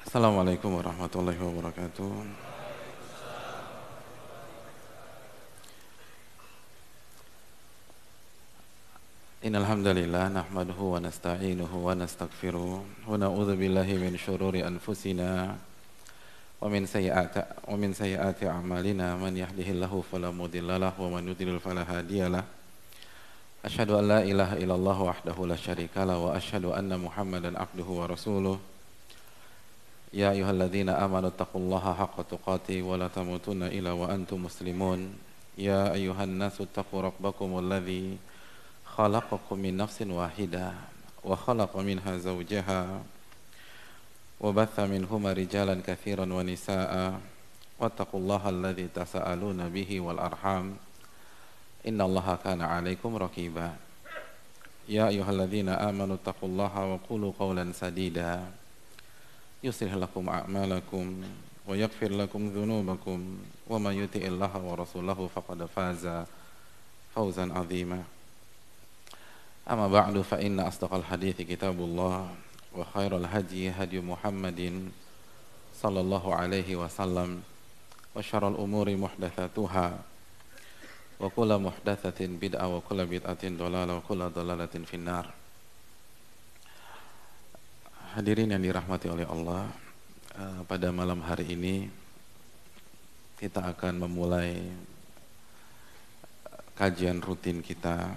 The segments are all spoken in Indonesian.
Assalamualaikum warahmatullahi wabarakatuh. Innal hamdalillah nahmaduhu wa nasta'inuhu wa nastaghfiruh wa na'udzu billahi min shururi anfusina wa min sayyiati a'malina man yahdihillahu fala mudhillalah wa man yudlil fala hadiyalah. Asyhadu an la ilaha illallah wahdahu la syarikalah wa asyhadu anna Muhammadan abduhu wa rasuluh. Ya ayyuhalladzina amanu taqullaha haqqa tuqatih wa la tamutunna illa wa antum muslimun. Ya ayyuhan nasu taqu rabbakumul ladzi khalaqakum min nafsin wahidah wa khalaqa minha zawjaha wa batha minhuma rijalan katsiran wa nisaa'a wattaqullaha alladzi tasaaluna bihi wal arham innallaha kana 'alaikum raqiba. Ya ayyuhalladzina amanu taqullaha wa qulu qawlan sadida yuslih lakum a'malakum wa yaghfir lakum dhunubakum wa may yuti'illaha wa rasulahu faqad faza fawzan 'azima. Amma ba'du fa inna asdaqal hadithi kitabullah wa khairal hadi hadi Muhammadin sallallahu alaihi wasallam wa syarrul umuri muhdatsatuha wa kullu muhdatsatin bid'ah wa kullu bid'atin dhalalah wa kullu dhalalatin finnar. Hadirin yang dirahmati oleh Allah, pada malam hari ini kita akan memulai kajian rutin kita.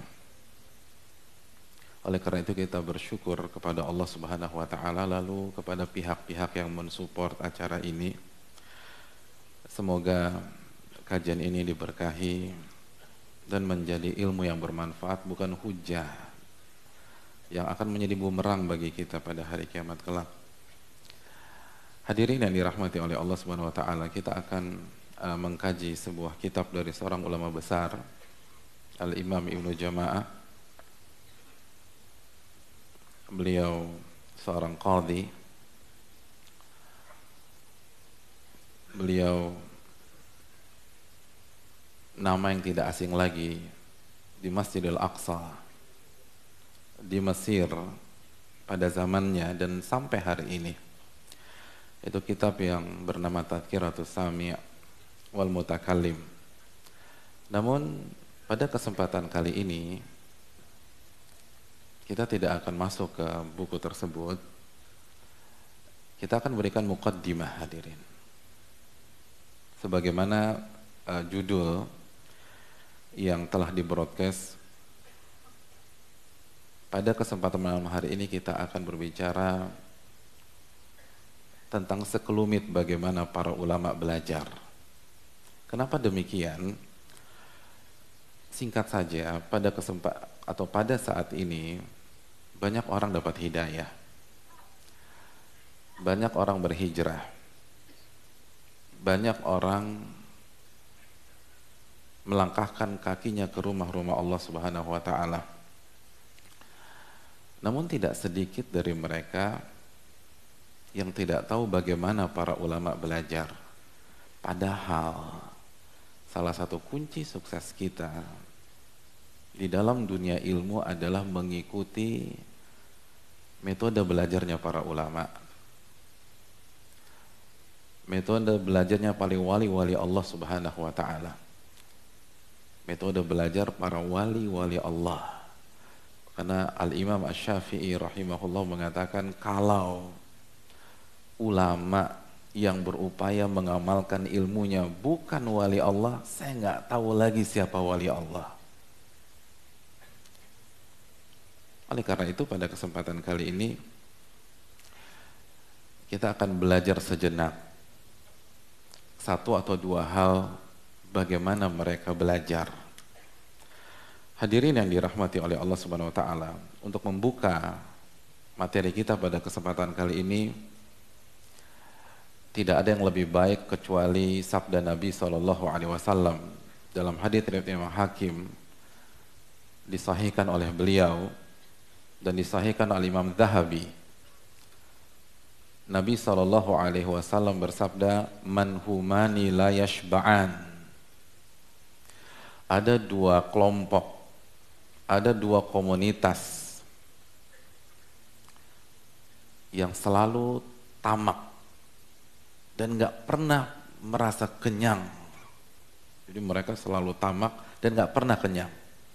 Oleh karena itu kita bersyukur kepada Allah Subhanahu wa taala, lalu kepada pihak-pihak yang mensupport acara ini. Semoga kajian ini diberkahi dan menjadi ilmu yang bermanfaat, bukan hujah yang akan menjadi bumerang bagi kita pada hari kiamat kelak. Hadirin yang dirahmati oleh Allah Subhanahu wa taala, kita akan mengkaji sebuah kitab dari seorang ulama besar, Al-Imam Ibnu Jama'ah. Beliau seorang qadhi. Beliau nama yang tidak asing lagi di Masjidil Aqsa di Mesir pada zamannya dan sampai hari ini. Itu kitab yang bernama Tadhkiratus Sami' wal Mutakallim. Namun pada kesempatan kali ini kita tidak akan masuk ke buku tersebut. Kita akan berikan muqaddimah, hadirin. Sebagaimana judul yang telah di-broadcast pada kesempatan malam hari ini, kita akan berbicara tentang sekelumit bagaimana para ulama belajar. Kenapa demikian? Singkat saja, pada saat ini banyak orang dapat hidayah, banyak orang berhijrah, banyak orang melangkahkan kakinya ke rumah-rumah Allah Subhanahu wa taala. Namun tidak sedikit dari mereka yang tidak tahu bagaimana para ulama belajar. Padahal salah satu kunci sukses kita di dalam dunia ilmu adalah mengikuti metode belajarnya para ulama. Metode belajarnya paling wali-wali Allah Subhanahu wa taala. Metode belajar para wali-wali Allah. Karena Al-Imam Asy-Syafi'i rahimahullah mengatakan, kalau ulama yang berupaya mengamalkan ilmunya bukan wali Allah, saya nggak tahu lagi siapa wali Allah. Oleh karena itu pada kesempatan kali ini kita akan belajar sejenak satu atau dua hal bagaimana mereka belajar. Hadirin yang dirahmati oleh Allah Subhanahu wa taala, untuk membuka materi kita pada kesempatan kali ini tidak ada yang lebih baik kecuali sabda Nabi SAW dalam hadits riwayat Imam Hakim, disahihkan oleh beliau dan disahihkan oleh Imam Dzahabi. Nabi SAW bersabda, man humani la yashba'an. Ada dua kelompok, ada dua komunitas yang selalu tamak, dan nggak pernah merasa kenyang. Jadi mereka selalu tamak dan nggak pernah kenyang.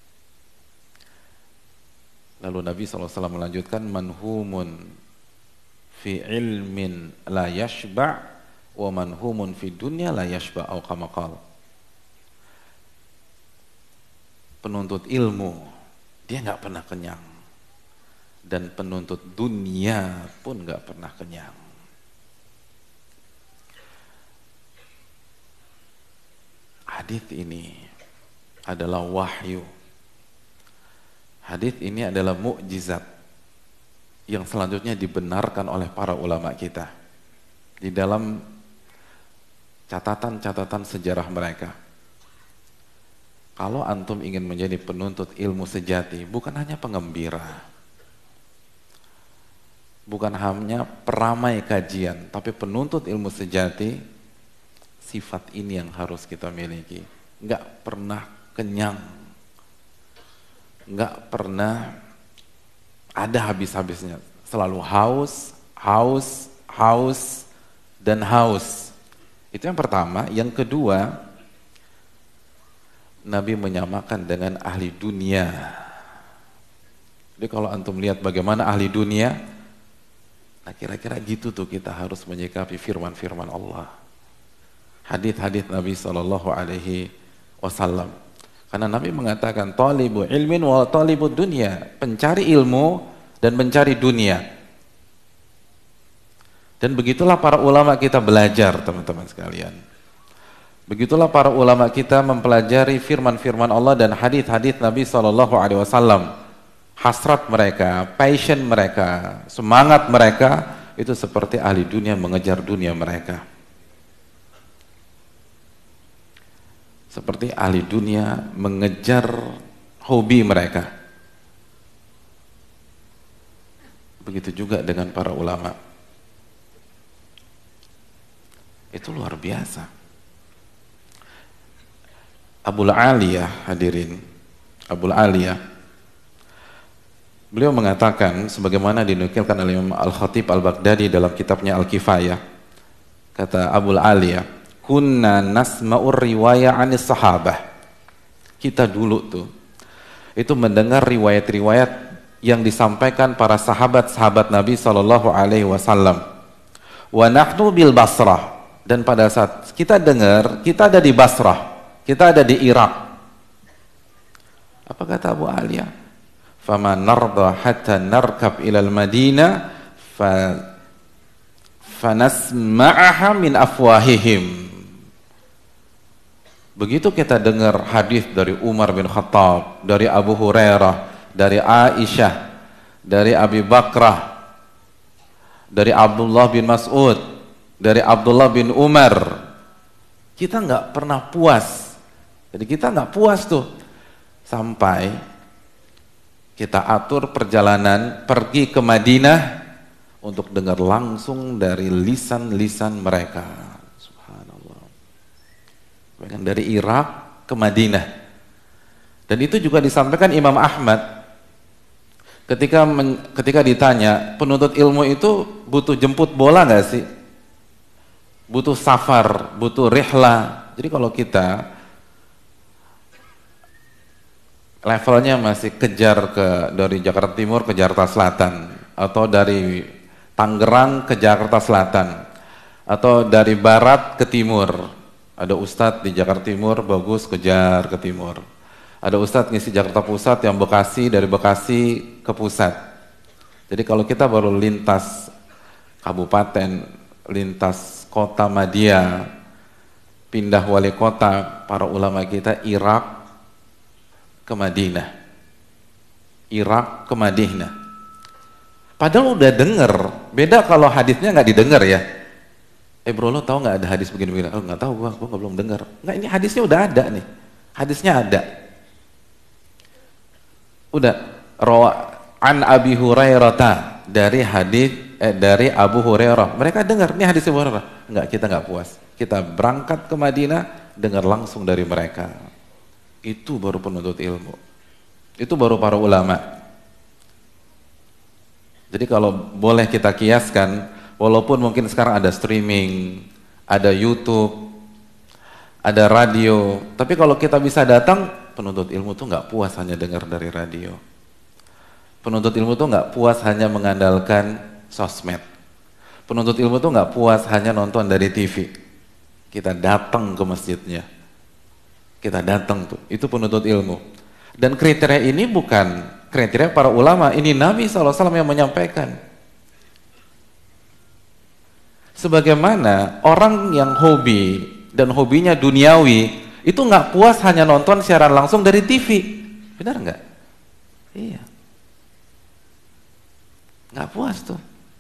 Lalu Nabi SAW melanjutkan, manhumun fi ilmin la yashba' wa manhumun fi dunya la yashba' au kama qala. Penuntut ilmu dia nggak pernah kenyang, dan penuntut dunia pun nggak pernah kenyang. Hadits ini adalah wahyu. Hadits ini adalah mukjizat yang selanjutnya dibenarkan oleh para ulama kita di dalam catatan-catatan sejarah mereka. Kalau antum ingin menjadi penuntut ilmu sejati, bukan hanya pengembira, bukan hanya peramai kajian, tapi penuntut ilmu sejati, sifat ini yang harus kita miliki. Nggak pernah kenyang, nggak pernah ada habis-habisnya, selalu haus, haus, haus, dan haus. Itu yang pertama. Yang kedua, Nabi menyamakan dengan ahli dunia. Jadi kalau antum lihat bagaimana ahli dunia, nah kira-kira gitu tuh kita harus menyikapi firman-firman Allah, hadits-hadits Nabi SAW. Karena Nabi mengatakan talibu ilmin wa talibu dunia, pencari ilmu dan mencari dunia. Dan begitulah para ulama kita belajar, teman-teman sekalian. Begitulah para ulama kita mempelajari firman-firman Allah dan hadits-hadits Nabi SAW. Hasrat mereka, passion mereka, semangat mereka itu seperti ahli dunia mengejar dunia mereka. Seperti ahli dunia mengejar hobi mereka. Begitu juga dengan para ulama. Itu luar biasa. Abul Aliyah, hadirin, Abul Aliyah, beliau mengatakan sebagaimana dinukilkan oleh Imam Al-Khatib Al-Baghdadi dalam kitabnya Al-Kifayah. Kata Abul Aliyah, kunna nasma'ur riwayah anis sahabah. Kita dulu tuh itu mendengar riwayat-riwayat yang disampaikan para sahabat-sahabat Nabi SAW. Wa nahnu bil Basrah, dan pada saat kita dengar, kita ada di Basrah, kita ada di Irak. Apa kata Abu Aliyah? Fama narda hatta narkab ilal Madinah fanasma'aha min afwahihim. Begitu kita dengar hadis dari Umar bin Khattab, dari Abu Hurairah, dari Aisyah, dari Abi Bakrah, dari Abdullah bin Mas'ud, dari Abdullah bin Umar, kita nggak pernah puas. Jadi kita nggak puas tuh sampai kita atur perjalanan pergi ke Madinah untuk dengar langsung dari lisan-lisan mereka. Subhanallah. Dari Irak ke Madinah. Dan itu juga disampaikan Imam Ahmad ketika ditanya, penuntut ilmu itu butuh jemput bola nggak sih? Butuh safar, butuh rihlah. Jadi kalau kita levelnya masih kejar dari Jakarta Timur ke Jakarta Selatan, atau dari Tangerang ke Jakarta Selatan, atau dari Barat ke Timur. Ada ustadz di Jakarta Timur, bagus kejar ke Timur. Ada ustadz ngisi Jakarta Pusat yang Bekasi, dari Bekasi ke Pusat. Jadi kalau kita baru lintas kabupaten, lintas kota Madia, pindah wali kota, para ulama kita Irak ke Madinah, Irak ke Madinah. Padahal udah denger. Beda kalau hadisnya nggak didengar ya. Bro, lo tahu nggak ada hadis begini-begini? Oh nggak tahu, gua belum dengar. Nggak, ini hadisnya udah ada nih. Hadisnya ada. Udah an Abi Hurairah, dari dari Abu Hurairah. Mereka dengar nih hadis Abu Hurairah. Nggak, kita nggak puas. Kita berangkat ke Madinah, dengar langsung dari mereka. Itu baru penuntut ilmu. Itu baru para ulama. Jadi kalau boleh kita kiaskan, walaupun mungkin sekarang ada streaming, ada YouTube, ada radio. Tapi kalau kita bisa datang, penuntut ilmu tuh nggak puas hanya dengar dari radio. Penuntut ilmu tuh nggak puas hanya mengandalkan sosmed. Penuntut ilmu tuh nggak puas hanya nonton dari TV. Kita datang ke masjidnya. Kita datang tuh, itu penuntut ilmu. Dan kriteria ini bukan kriteria para ulama, ini Nabi SAW yang menyampaikan. Sebagaimana orang yang hobi dan hobinya duniawi, itu nggak puas hanya nonton siaran langsung dari TV. Benar nggak? Iya. Nggak puas tuh.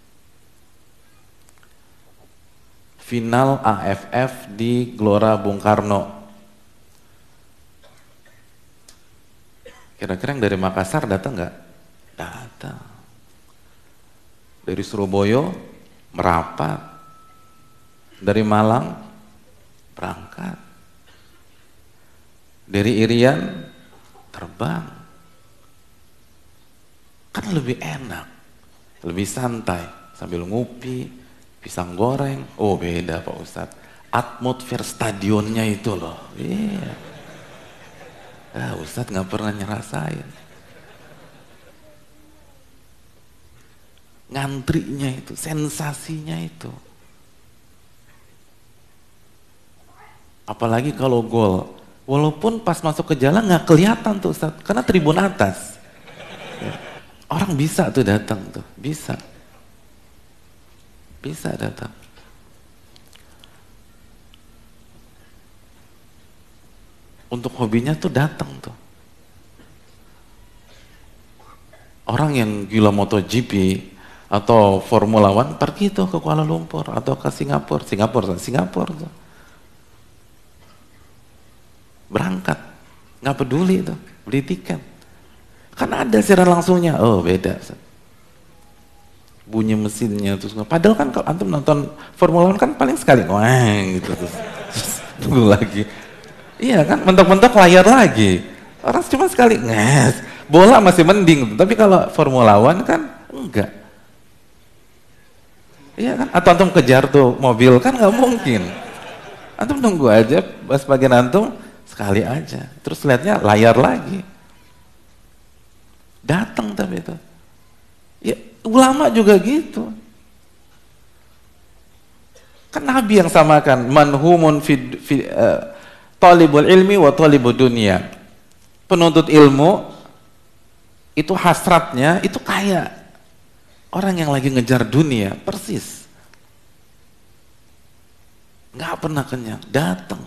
Final AFF di Gelora Bung Karno. Kira-kira yang dari Makassar datang nggak? Datang. Dari Surabaya merapat. Dari Malang berangkat. Dari Irian terbang. Kan lebih enak, lebih santai, sambil ngopi, pisang goreng. Oh beda Pak Ustadz, atmosfer stadionnya itu loh. Iya. Ustadz nggak pernah nyerasain. Ngantrinya itu, sensasinya itu. Apalagi kalau gol, walaupun pas masuk ke jalan nggak kelihatan tuh Ustadz, karena tribun atas. Ya. Orang bisa tuh datang tuh, bisa datang. Untuk hobinya tuh datang tuh. Orang yang gila MotoGP atau Formula One pergi tuh ke Kuala Lumpur atau ke Singapura tuh. Berangkat, nggak peduli tuh, beli tiket. Kan ada siaran langsungnya, oh beda. Bunyi mesinnya terus, padahal kan kalau antum nonton Formula One kan paling sekali, wah gitu terus tunggu lagi. Iya kan, mentok-mentok layar lagi. Orang cuma sekali nges, bola masih mending, tapi kalau Formula One kan enggak. Iya kan, atau antum kejar tuh mobil kan nggak mungkin. Antum nunggu aja, pas bagian antum sekali aja, terus lihatnya layar lagi. Datang tapi itu. Ya, ulama juga gitu. Kan Nabi yang samakan manhumun talibul ilmi wa talibud dunia. Penuntut ilmu itu hasratnya itu kayak orang yang lagi ngejar dunia, persis. Nggak pernah kenyang, datang.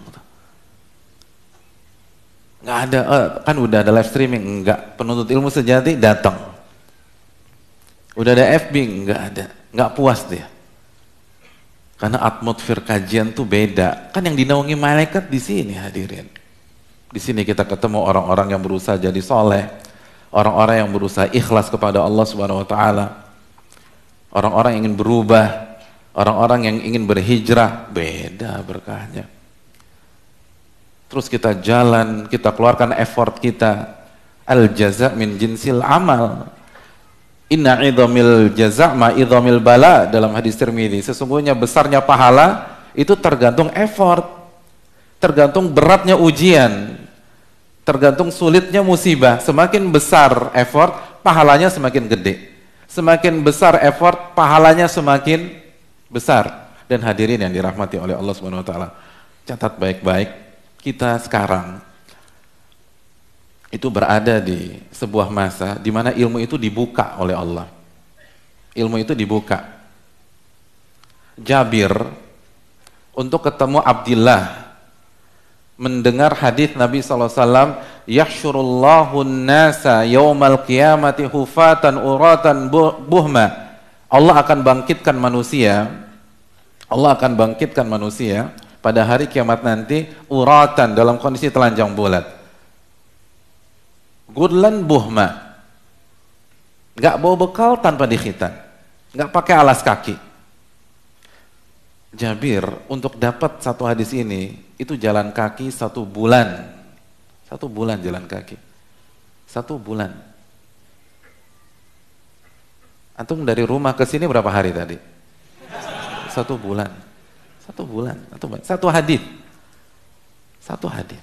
Nggak ada, kan udah ada live streaming, enggak. Penuntut ilmu sejati datang. Udah ada FB, enggak ada. Nggak puas dia. Karena atmosfer kajian tuh beda. Kan yang dinaungi malaikat di sini hadirin. Di sini kita ketemu orang-orang yang berusaha jadi soleh, orang-orang yang berusaha ikhlas kepada Allah Subhanahu Wa Taala, orang-orang yang ingin berubah, orang-orang yang ingin berhijrah, beda berkahnya. Terus kita jalan, kita keluarkan effort kita. Al jaza min jinsil amal. Inna idhamil jaza ma idhamil bala, dalam hadis Tirmidzi. Sesungguhnya besarnya pahala itu tergantung effort, tergantung beratnya ujian, tergantung sulitnya musibah. Semakin besar effort, pahalanya semakin gede. Semakin besar effort, pahalanya semakin besar. Dan hadirin yang dirahmati oleh Allah Subhanahu Wa Taala, catat baik-baik. Kita sekarang itu berada di sebuah masa di mana ilmu itu dibuka oleh Allah. Ilmu itu dibuka. Jabir untuk ketemu Abdillah mendengar hadis Nabi SAW, yahsyurullahu nasa yaumal qiyamati hufatan uratan buhma. Allah akan bangkitkan manusia. Allah akan bangkitkan manusia pada hari kiamat nanti uratan, dalam kondisi telanjang bulat, gudlan buhma, nggak bawa bekal, tanpa dikhitan, nggak pakai alas kaki. Jabir untuk dapat satu hadis ini itu jalan kaki 1 bulan, 1 bulan jalan kaki, 1 bulan. Antum dari rumah ke sini berapa hari tadi? 1 bulan. 1 bulan, satu hadis. Satu hadis.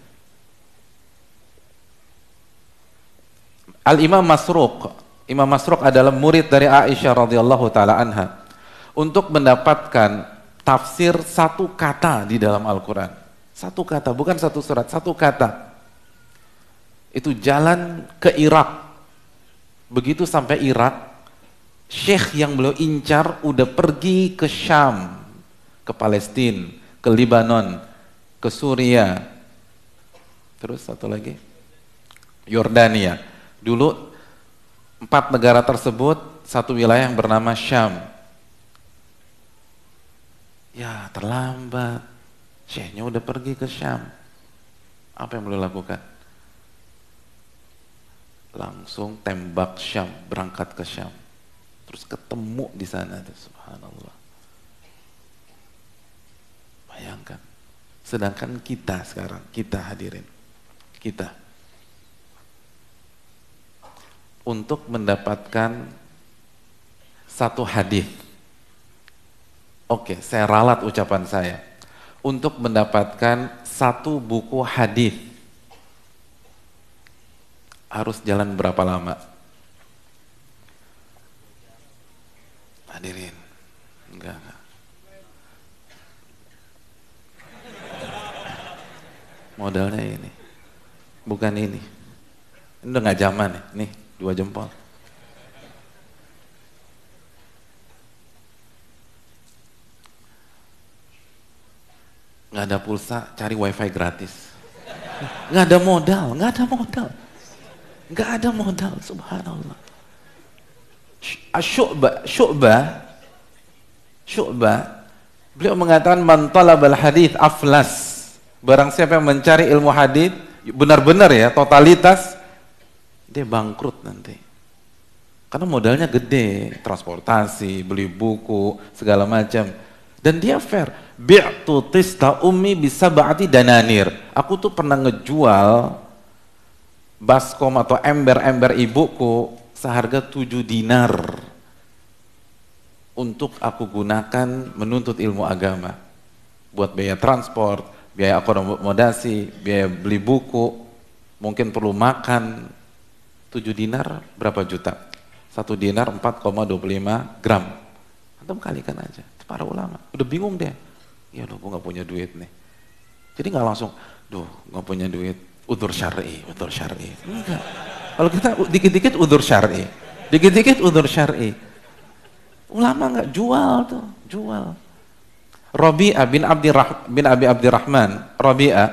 Al-Imam Masruq. Imam Masruq adalah murid dari Aisyah radhiyallahu taala anha. Untuk mendapatkan tafsir satu kata di dalam Al-Quran. Satu kata, bukan satu surat, satu kata. Itu jalan ke Irak. Begitu sampai Irak, syekh yang beliau incar udah pergi ke Syam, ke Palestina, ke Libanon, ke Suria, terus satu lagi Yordania. Dulu 4 negara tersebut satu wilayah yang bernama Syam. Ya terlambat, syekhnya udah pergi ke Syam. Apa yang beliau lakukan? Langsung tembak Syam, berangkat ke Syam. Terus ketemu di sana tuh, subhanallah. Bayangkan. Sedangkan kita sekarang, kita hadirin, kita untuk mendapatkan satu hadis. Oke, saya ralat ucapan saya. Untuk mendapatkan satu buku hadis harus jalan berapa lama? Hadirin, enggak. Modalnya ini, bukan ini. Ini udah nggak zaman nih, 2 jempol. Nggak ada pulsa, cari wifi gratis. Nggak ada modal, nggak ada modal, subhanallah. Syu'bah, beliau mengatakan man talabal hadits aflas. Barang siapa yang mencari ilmu hadits benar-benar ya, totalitas, dia bangkrut nanti. Karena modalnya gede, transportasi, beli buku, segala macam. Dan dia fair. Bi'tu tista ummi bisa ba'ati dananir. Aku tuh pernah ngejual baskom atau ember-ember ibuku seharga 7 dinar untuk aku gunakan menuntut ilmu agama, buat biaya transport, biaya akomodasi, biaya beli buku, mungkin perlu makan. 7 dinar berapa juta? 1 dinar 4,25 gram. Antum kalikan aja. Para ulama udah bingung deh, ya loh gue gak punya duit nih. Jadi gak langsung, duh gak punya duit, udzur syar'i. Enggak. Kalau kita dikit-dikit udzur syar'i, ulama nggak jual tuh, jual. Rabi'ah bin Abi Abdirrahman, Rabi'ah,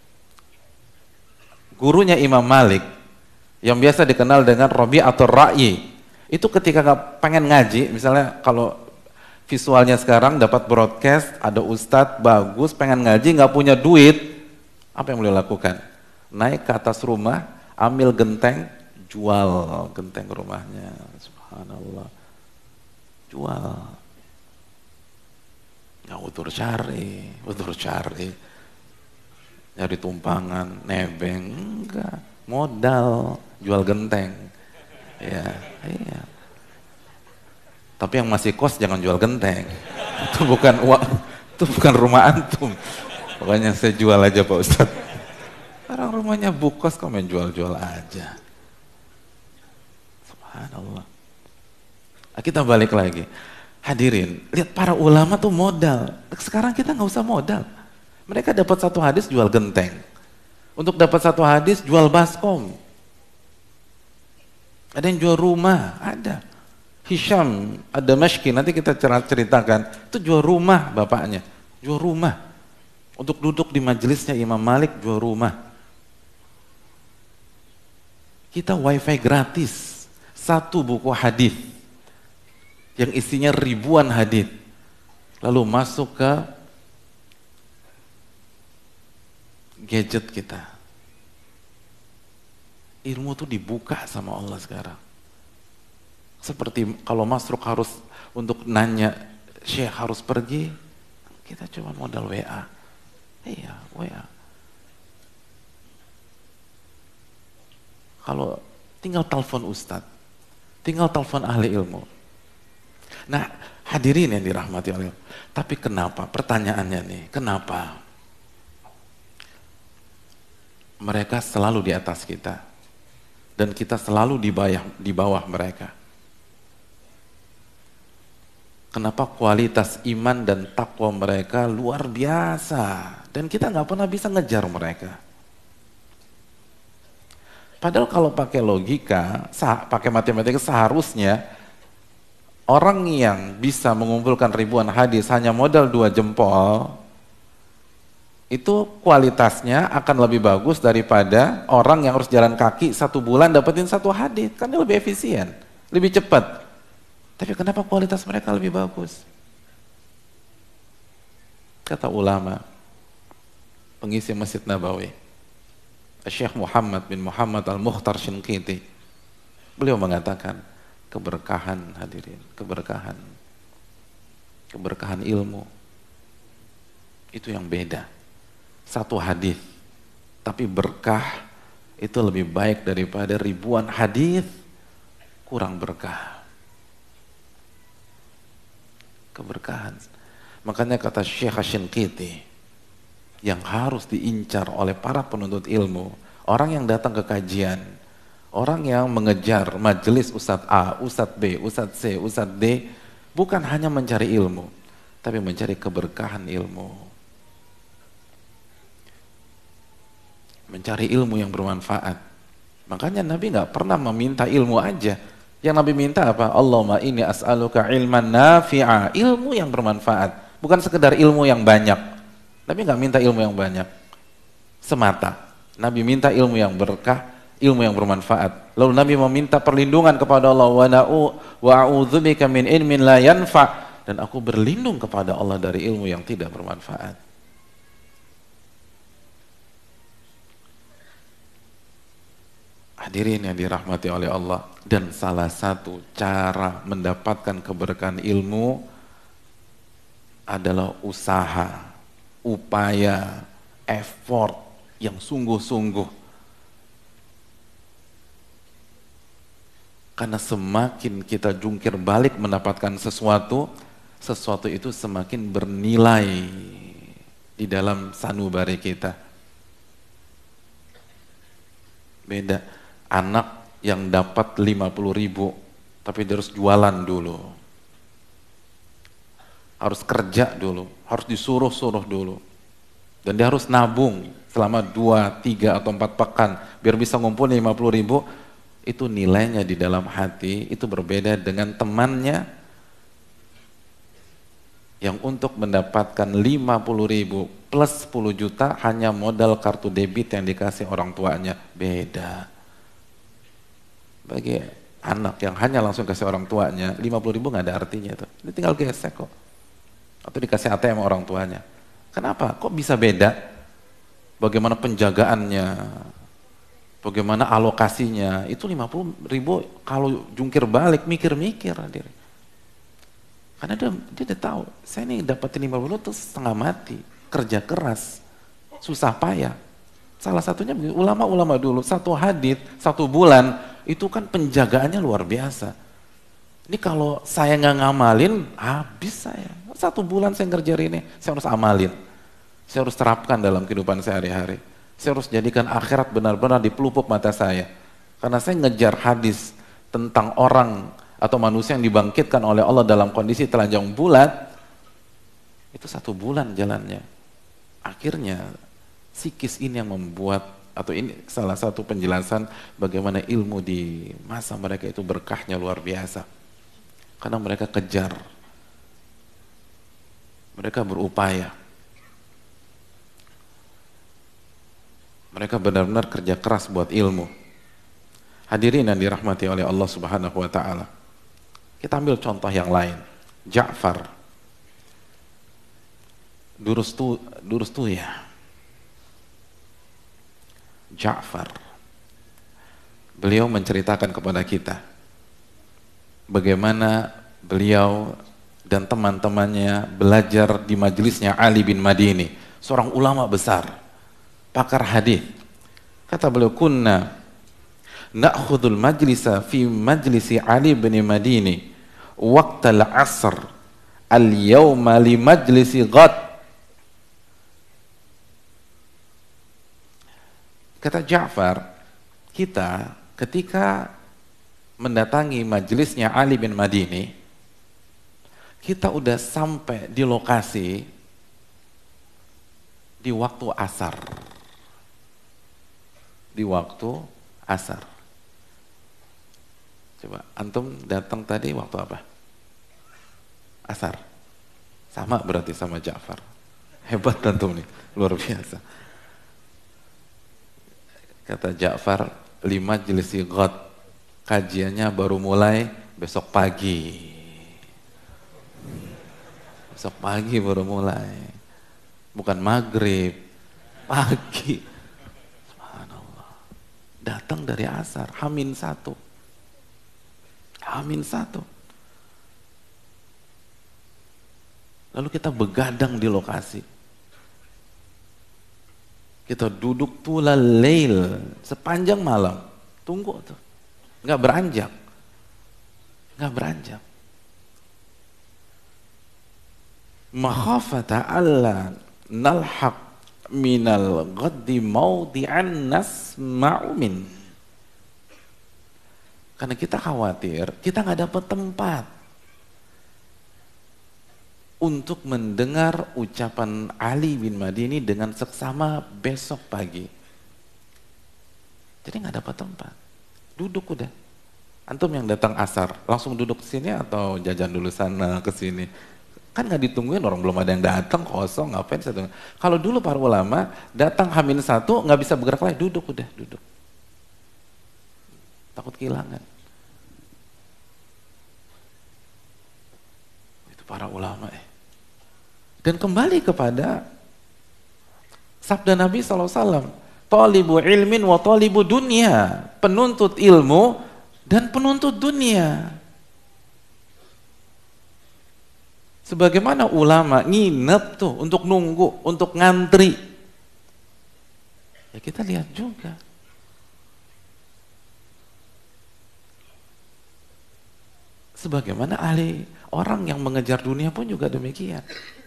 gurunya Imam Malik, yang biasa dikenal dengan Rabi'atul Ra'yi, itu ketika nggak pengen ngaji, misalnya kalau visualnya sekarang dapat broadcast, ada ustadz bagus, pengen ngaji, nggak punya duit, apa yang beliau lakukan? Naik ke atas rumah, ambil genteng, jual genteng rumahnya, subhanallah, jual. Nggak udzur syar'i, nyari tumpangan, nebeng, enggak, modal, jual genteng, ya, iya. Tapi yang masih kos jangan jual genteng, itu bukan uang, itu bukan rumah antum. Pokoknya saya jual aja Pak Ustadz. Orang rumahnya bukos kok main jual-jual aja. Subhanallah. Nah, kita balik lagi. Hadirin, lihat para ulama tuh modal. Sekarang kita nggak usah modal. Mereka dapat satu hadis jual genteng. Untuk dapat satu hadis jual baskom. Ada yang jual rumah, ada. Hisham, ada Mashki, nanti kita ceritakan. Itu jual rumah bapaknya, jual rumah. Untuk duduk di majelisnya Imam Malik, jual rumah. Kita wifi gratis, satu buku hadis yang isinya ribuan hadis, lalu masuk ke gadget kita. Ilmu tuh dibuka sama Allah sekarang. Seperti kalau Masruk harus untuk nanya, Syekh harus pergi, kita cuma modal WA. Iya, WA. Kalau tinggal telepon ustadz, tinggal telepon ahli ilmu. Nah, Hadirin yang dirahmati Allah. Tapi kenapa? Pertanyaannya nih, kenapa? Mereka selalu di atas kita dan kita selalu di bawah mereka. Kenapa kualitas iman dan takwa mereka luar biasa dan kita nggak pernah bisa ngejar mereka? Padahal kalau pakai logika, pakai matematika, seharusnya orang yang bisa mengumpulkan ribuan hadis hanya modal 2 jempol, itu kualitasnya akan lebih bagus daripada orang yang harus jalan kaki 1 bulan dapetin 1 hadis. Kan dia lebih efisien, lebih cepat. Tapi kenapa kualitas mereka lebih bagus? Kata ulama, pengisi Masjid Nabawi, Syekh Muhammad bin Muhammad Al-Mukhtar Shinqiti, beliau mengatakan, keberkahan hadirin, keberkahan ilmu, itu yang beda. 1 hadis, tapi berkah itu lebih baik daripada ribuan hadis kurang berkah. Keberkahan. Makanya kata Syekh Shinqiti, yang harus diincar oleh para penuntut ilmu, orang yang datang ke kajian, orang yang mengejar majelis Ustadz A, Ustadz B, Ustadz C, Ustadz D, bukan hanya mencari ilmu, tapi mencari keberkahan ilmu. Mencari ilmu yang bermanfaat. Makanya Nabi nggak pernah meminta ilmu aja. Yang Nabi minta apa? Allahumma inni as'aluka ilman nafi'a, ilmu yang bermanfaat, bukan sekedar ilmu yang banyak. Nabi nggak minta ilmu yang banyak semata. Nabi minta ilmu yang berkah, ilmu yang bermanfaat. Lalu Nabi meminta perlindungan kepada Allah, wa a'udzubika min ilmin la yanfa', dan aku berlindung kepada Allah dari ilmu yang tidak bermanfaat. Hadirin yang dirahmati oleh Allah, dan salah satu cara mendapatkan keberkahan ilmu adalah usaha, upaya, effort yang sungguh-sungguh. Karena semakin kita jungkir balik mendapatkan sesuatu, sesuatu itu semakin bernilai di dalam sanubari kita. Beda anak yang dapat 50.000 tapi dia harus jualan dulu, harus kerja dulu, harus disuruh-suruh dulu, dan dia harus nabung selama 2, 3 atau 4 pekan biar bisa ngumpul 50.000. Itu nilainya di dalam hati itu berbeda dengan temannya yang untuk mendapatkan 50.000 plus 10 juta hanya modal kartu debit yang dikasih orang tuanya. Beda. Bagi anak yang hanya langsung kasih orang tuanya, 50.000 nggak ada artinya tuh. Dia tinggal gesek kok. Atau dikasih ATM orang tuanya. Kenapa? Kok bisa beda? Bagaimana penjagaannya? Bagaimana alokasinya? Itu 50.000 kalau jungkir balik mikir-mikir diri. Karena dia udah tahu, saya ini dapetin 50 itu setengah mati, kerja keras, susah payah. Salah satunya ulama-ulama dulu, 1 hadits 1 bulan itu kan penjagaannya luar biasa. Ini kalau saya nggak ngamalin, habis saya. 1 bulan saya ngerjain ini, saya harus amalin. Saya harus terapkan dalam kehidupan sehari-hari. Saya harus jadikan akhirat benar-benar di pelupuk mata saya. Karena saya ngejar hadis tentang orang atau manusia yang dibangkitkan oleh Allah dalam kondisi telanjang bulat, itu 1 bulan jalannya. Akhirnya sikis ini yang membuat, atau ini salah satu penjelasan bagaimana ilmu di masa mereka itu berkahnya luar biasa. Karena mereka kejar, mereka berupaya, mereka benar-benar kerja keras buat ilmu. Hadirin yang dirahmati oleh Allah Subhanahu wa taala. Kita ambil contoh yang lain. Ja'far Durustuya. Ja'far, beliau menceritakan kepada kita bagaimana beliau dan teman-temannya belajar di majelisnya Ali bin Madini, seorang ulama besar, pakar hadis. Kata beliau, kunna na'khudul majlisa fi majlisi Ali bin Madini waqtal asr al-yawma li majlisi ghad. Kata Ja'far, kita ketika mendatangi majelisnya Ali bin Madini, kita udah sampai di lokasi di waktu asar. Di waktu asar. Coba, antum datang tadi waktu apa? Asar. Sama berarti sama Ja'far. Hebat antum nih, luar biasa. Kata Ja'far, 5 jilisi ghad, kajiannya baru mulai besok pagi. Besok pagi baru mulai. Bukan maghrib, pagi. Subhanallah. Datang dari asar, Hamin 1. Hamin 1. Lalu kita begadang di lokasi. Kita duduk tulal lail sepanjang malam. Tunggu tuh. Nggak beranjak. Nggak beranjak. Makhafata alla nalhaq minal ghaddi mawdi'an nasma'u min. Karena kita khawatir, kita nggak dapat tempat untuk mendengar ucapan Ali bin Madini dengan seksama besok pagi. Jadi nggak dapat tempat, duduk udah. Antum yang datang asar, langsung duduk ke sini atau jajan dulu sana ke sini? Kan nggak ditungguin, orang belum ada yang datang, kosong, ngapain saya tunggu. Kalau dulu para ulama datang Hamin 1 nggak bisa bergerak lagi, duduk udah, duduk. Takut kehilangan. Itu para ulama Dan kembali kepada sabda Nabi SAW, talibu ilmin wa talibu dunya, penuntut ilmu dan penuntut dunia. Sebagaimana ulama nginep tuh untuk nunggu, untuk ngantri. Ya kita lihat juga. Sebagaimana orang yang mengejar dunia pun juga demikian.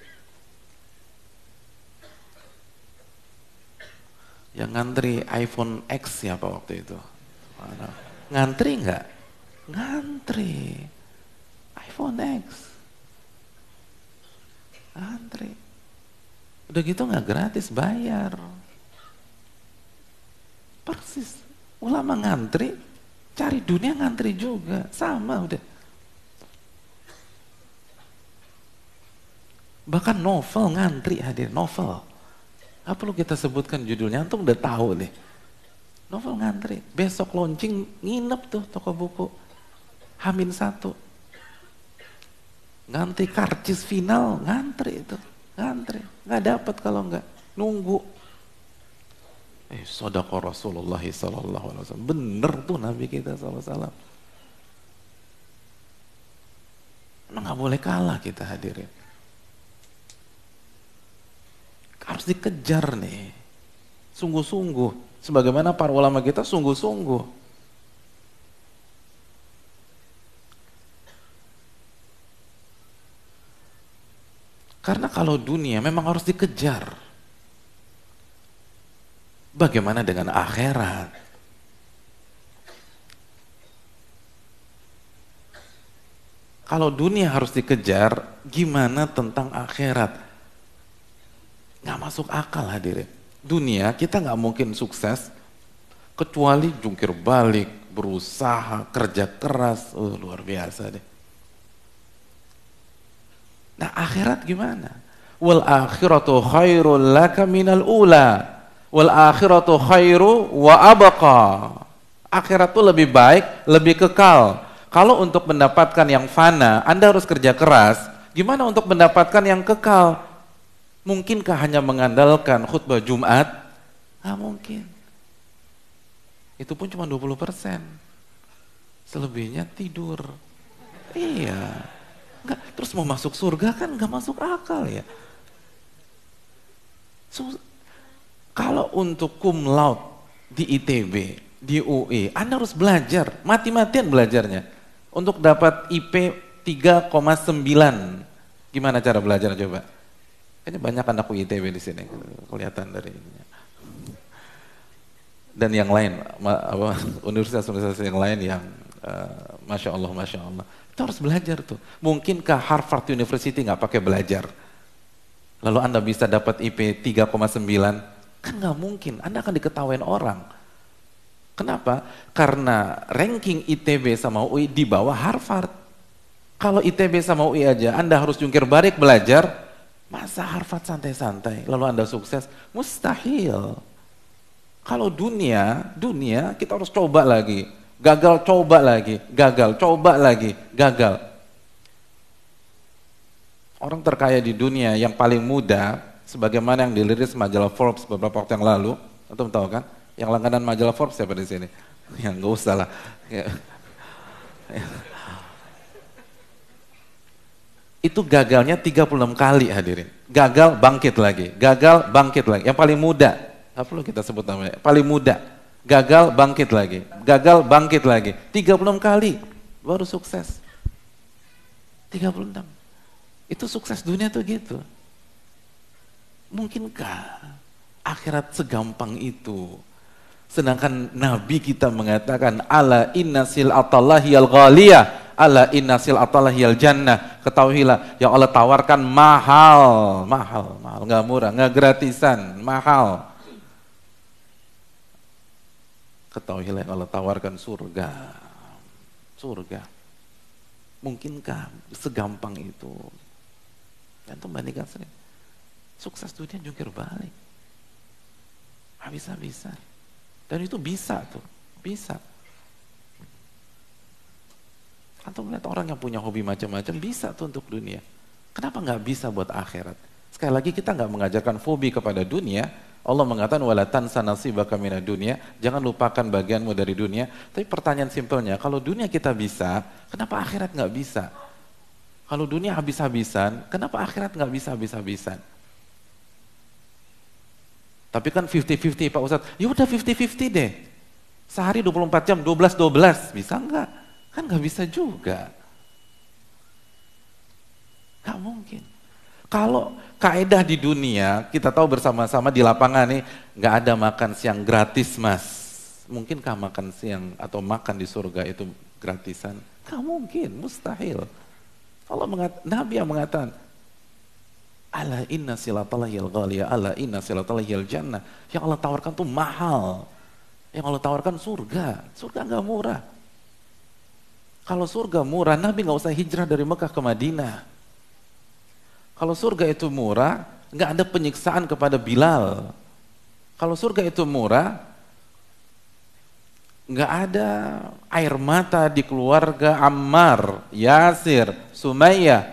Yang ngantri iPhone X siapa waktu itu? Ngantri nggak? Ngantri. iPhone X. Ngantri. Udah gitu nggak gratis, bayar. Persis. Ulama ngantri, cari dunia ngantri juga. Sama udah. Bahkan novel ngantri hadir, novel. Gak perlu kita sebutkan judulnya, antum udah tahu deh. Novel ngantri, besok launching nginep tuh toko buku. Hamin 1. Ngantri karcis final, ngantri itu. Ngantri, gak dapat kalau enggak. Nunggu. Shadaqa Rasulullah SAW. Bener tuh Nabi kita SAW. Emang gak boleh kalah kita hadirin. Harus dikejar nih, sungguh-sungguh. Sebagaimana para ulama kita sungguh-sungguh. Karena kalau dunia memang harus dikejar. Bagaimana dengan akhirat? Kalau dunia harus dikejar, gimana tentang akhirat? Nggak masuk akal hadirin. Dunia kita nggak mungkin sukses kecuali jungkir balik, berusaha, kerja keras, luar biasa deh. Nah akhirat gimana? Wal akhiratu khairul laka minal ula, wal akhiratu khairu wa abqa. Akhirat tuh lebih baik, lebih kekal. Kalau untuk mendapatkan yang fana, Anda harus kerja keras. Gimana untuk mendapatkan yang kekal? Mungkinkah hanya mengandalkan khutbah Jumat? Nggak mungkin. Itu pun cuma 20%. Selebihnya tidur. Iya. Nggak, terus mau masuk surga kan nggak masuk akal ya. Kalau untuk cum laude di ITB, di UI, Anda harus belajar, mati-matian belajarnya. Untuk dapat IP 3,9. Gimana cara belajar coba? Kayaknya banyak anak ITB di sini, kelihatan dari ini. Dan yang lain, universitas-universitas yang lain yang Masya Allah, Masya Allah. Kita harus belajar tuh. Mungkinkah Harvard University nggak pakai belajar? Lalu Anda bisa dapat IP 3,9? Kan nggak mungkin, Anda akan diketawain orang. Kenapa? Karena ranking ITB sama UI di bawah Harvard. Kalau ITB sama UI aja, Anda harus jungkir balik belajar, masa Harvard santai-santai, lalu Anda sukses? Mustahil. Kalau dunia kita harus coba lagi. Gagal, coba lagi. Gagal, coba lagi. Gagal. Orang terkaya di dunia yang paling muda, sebagaimana yang diliris majalah Forbes beberapa waktu yang lalu, antum tahu kan? Yang langganan majalah Forbes siapa di sini? Yang nggak usah lah. Itu gagalnya 36 kali hadirin. Gagal bangkit lagi, gagal bangkit lagi. Yang paling muda, apa perlu kita sebut namanya? Paling muda, gagal bangkit lagi, gagal bangkit lagi. 36 kali baru sukses. 36. Itu sukses dunia tuh gitu. Mungkinkah akhirat segampang itu? Sedangkan Nabi kita mengatakan ala inna sil'atallahiyal ghaliyah, ala inna sil'atallahiyal jannah. Ketahuilah yang Allah tawarkan mahal, nggak murah, nggak gratisan, mahal. Ketahuilah yang Allah tawarkan surga. Mungkinkah segampang itu? Dan itu bandingkan sendiri. Sukses dunia jungkir balik. Bisa. Dan itu bisa tuh, bisa. Antum melihat orang yang punya hobi macam-macam bisa tuh untuk dunia. Kenapa nggak bisa buat akhirat? Sekali lagi kita nggak mengajarkan fobi kepada dunia. Allah mengatakan wala tansa nasibaka minad dunya, jangan lupakan bagianmu dari dunia. Tapi pertanyaan simpelnya, kalau dunia kita bisa, kenapa akhirat nggak bisa? Kalau dunia habis-habisan, kenapa akhirat nggak bisa habis-habisan? Tapi kan 50-50 Pak Ustadz, ya udah 50-50 deh. Sehari 24 jam, 12-12, bisa nggak? Kan nggak bisa juga. Nggak mungkin. Kalau kaedah di dunia, kita tahu bersama-sama di lapangan nih, nggak ada makan siang gratis mas. Mungkinkah makan siang atau makan di surga itu gratisan? Nggak mungkin, mustahil. Nabi yang mengatakan, ala inna silatallahiyal ghaliyah, ala inna silatallahiyal jannah. Yang Allah tawarkan tuh mahal. Yang Allah tawarkan surga. Surga nggak murah. Kalau surga murah, Nabi nggak usah hijrah dari Mekah ke Madinah. Kalau surga itu murah, nggak ada penyiksaan kepada Bilal. Kalau surga itu murah, nggak ada air mata di keluarga Ammar, Yasir, Sumayyah.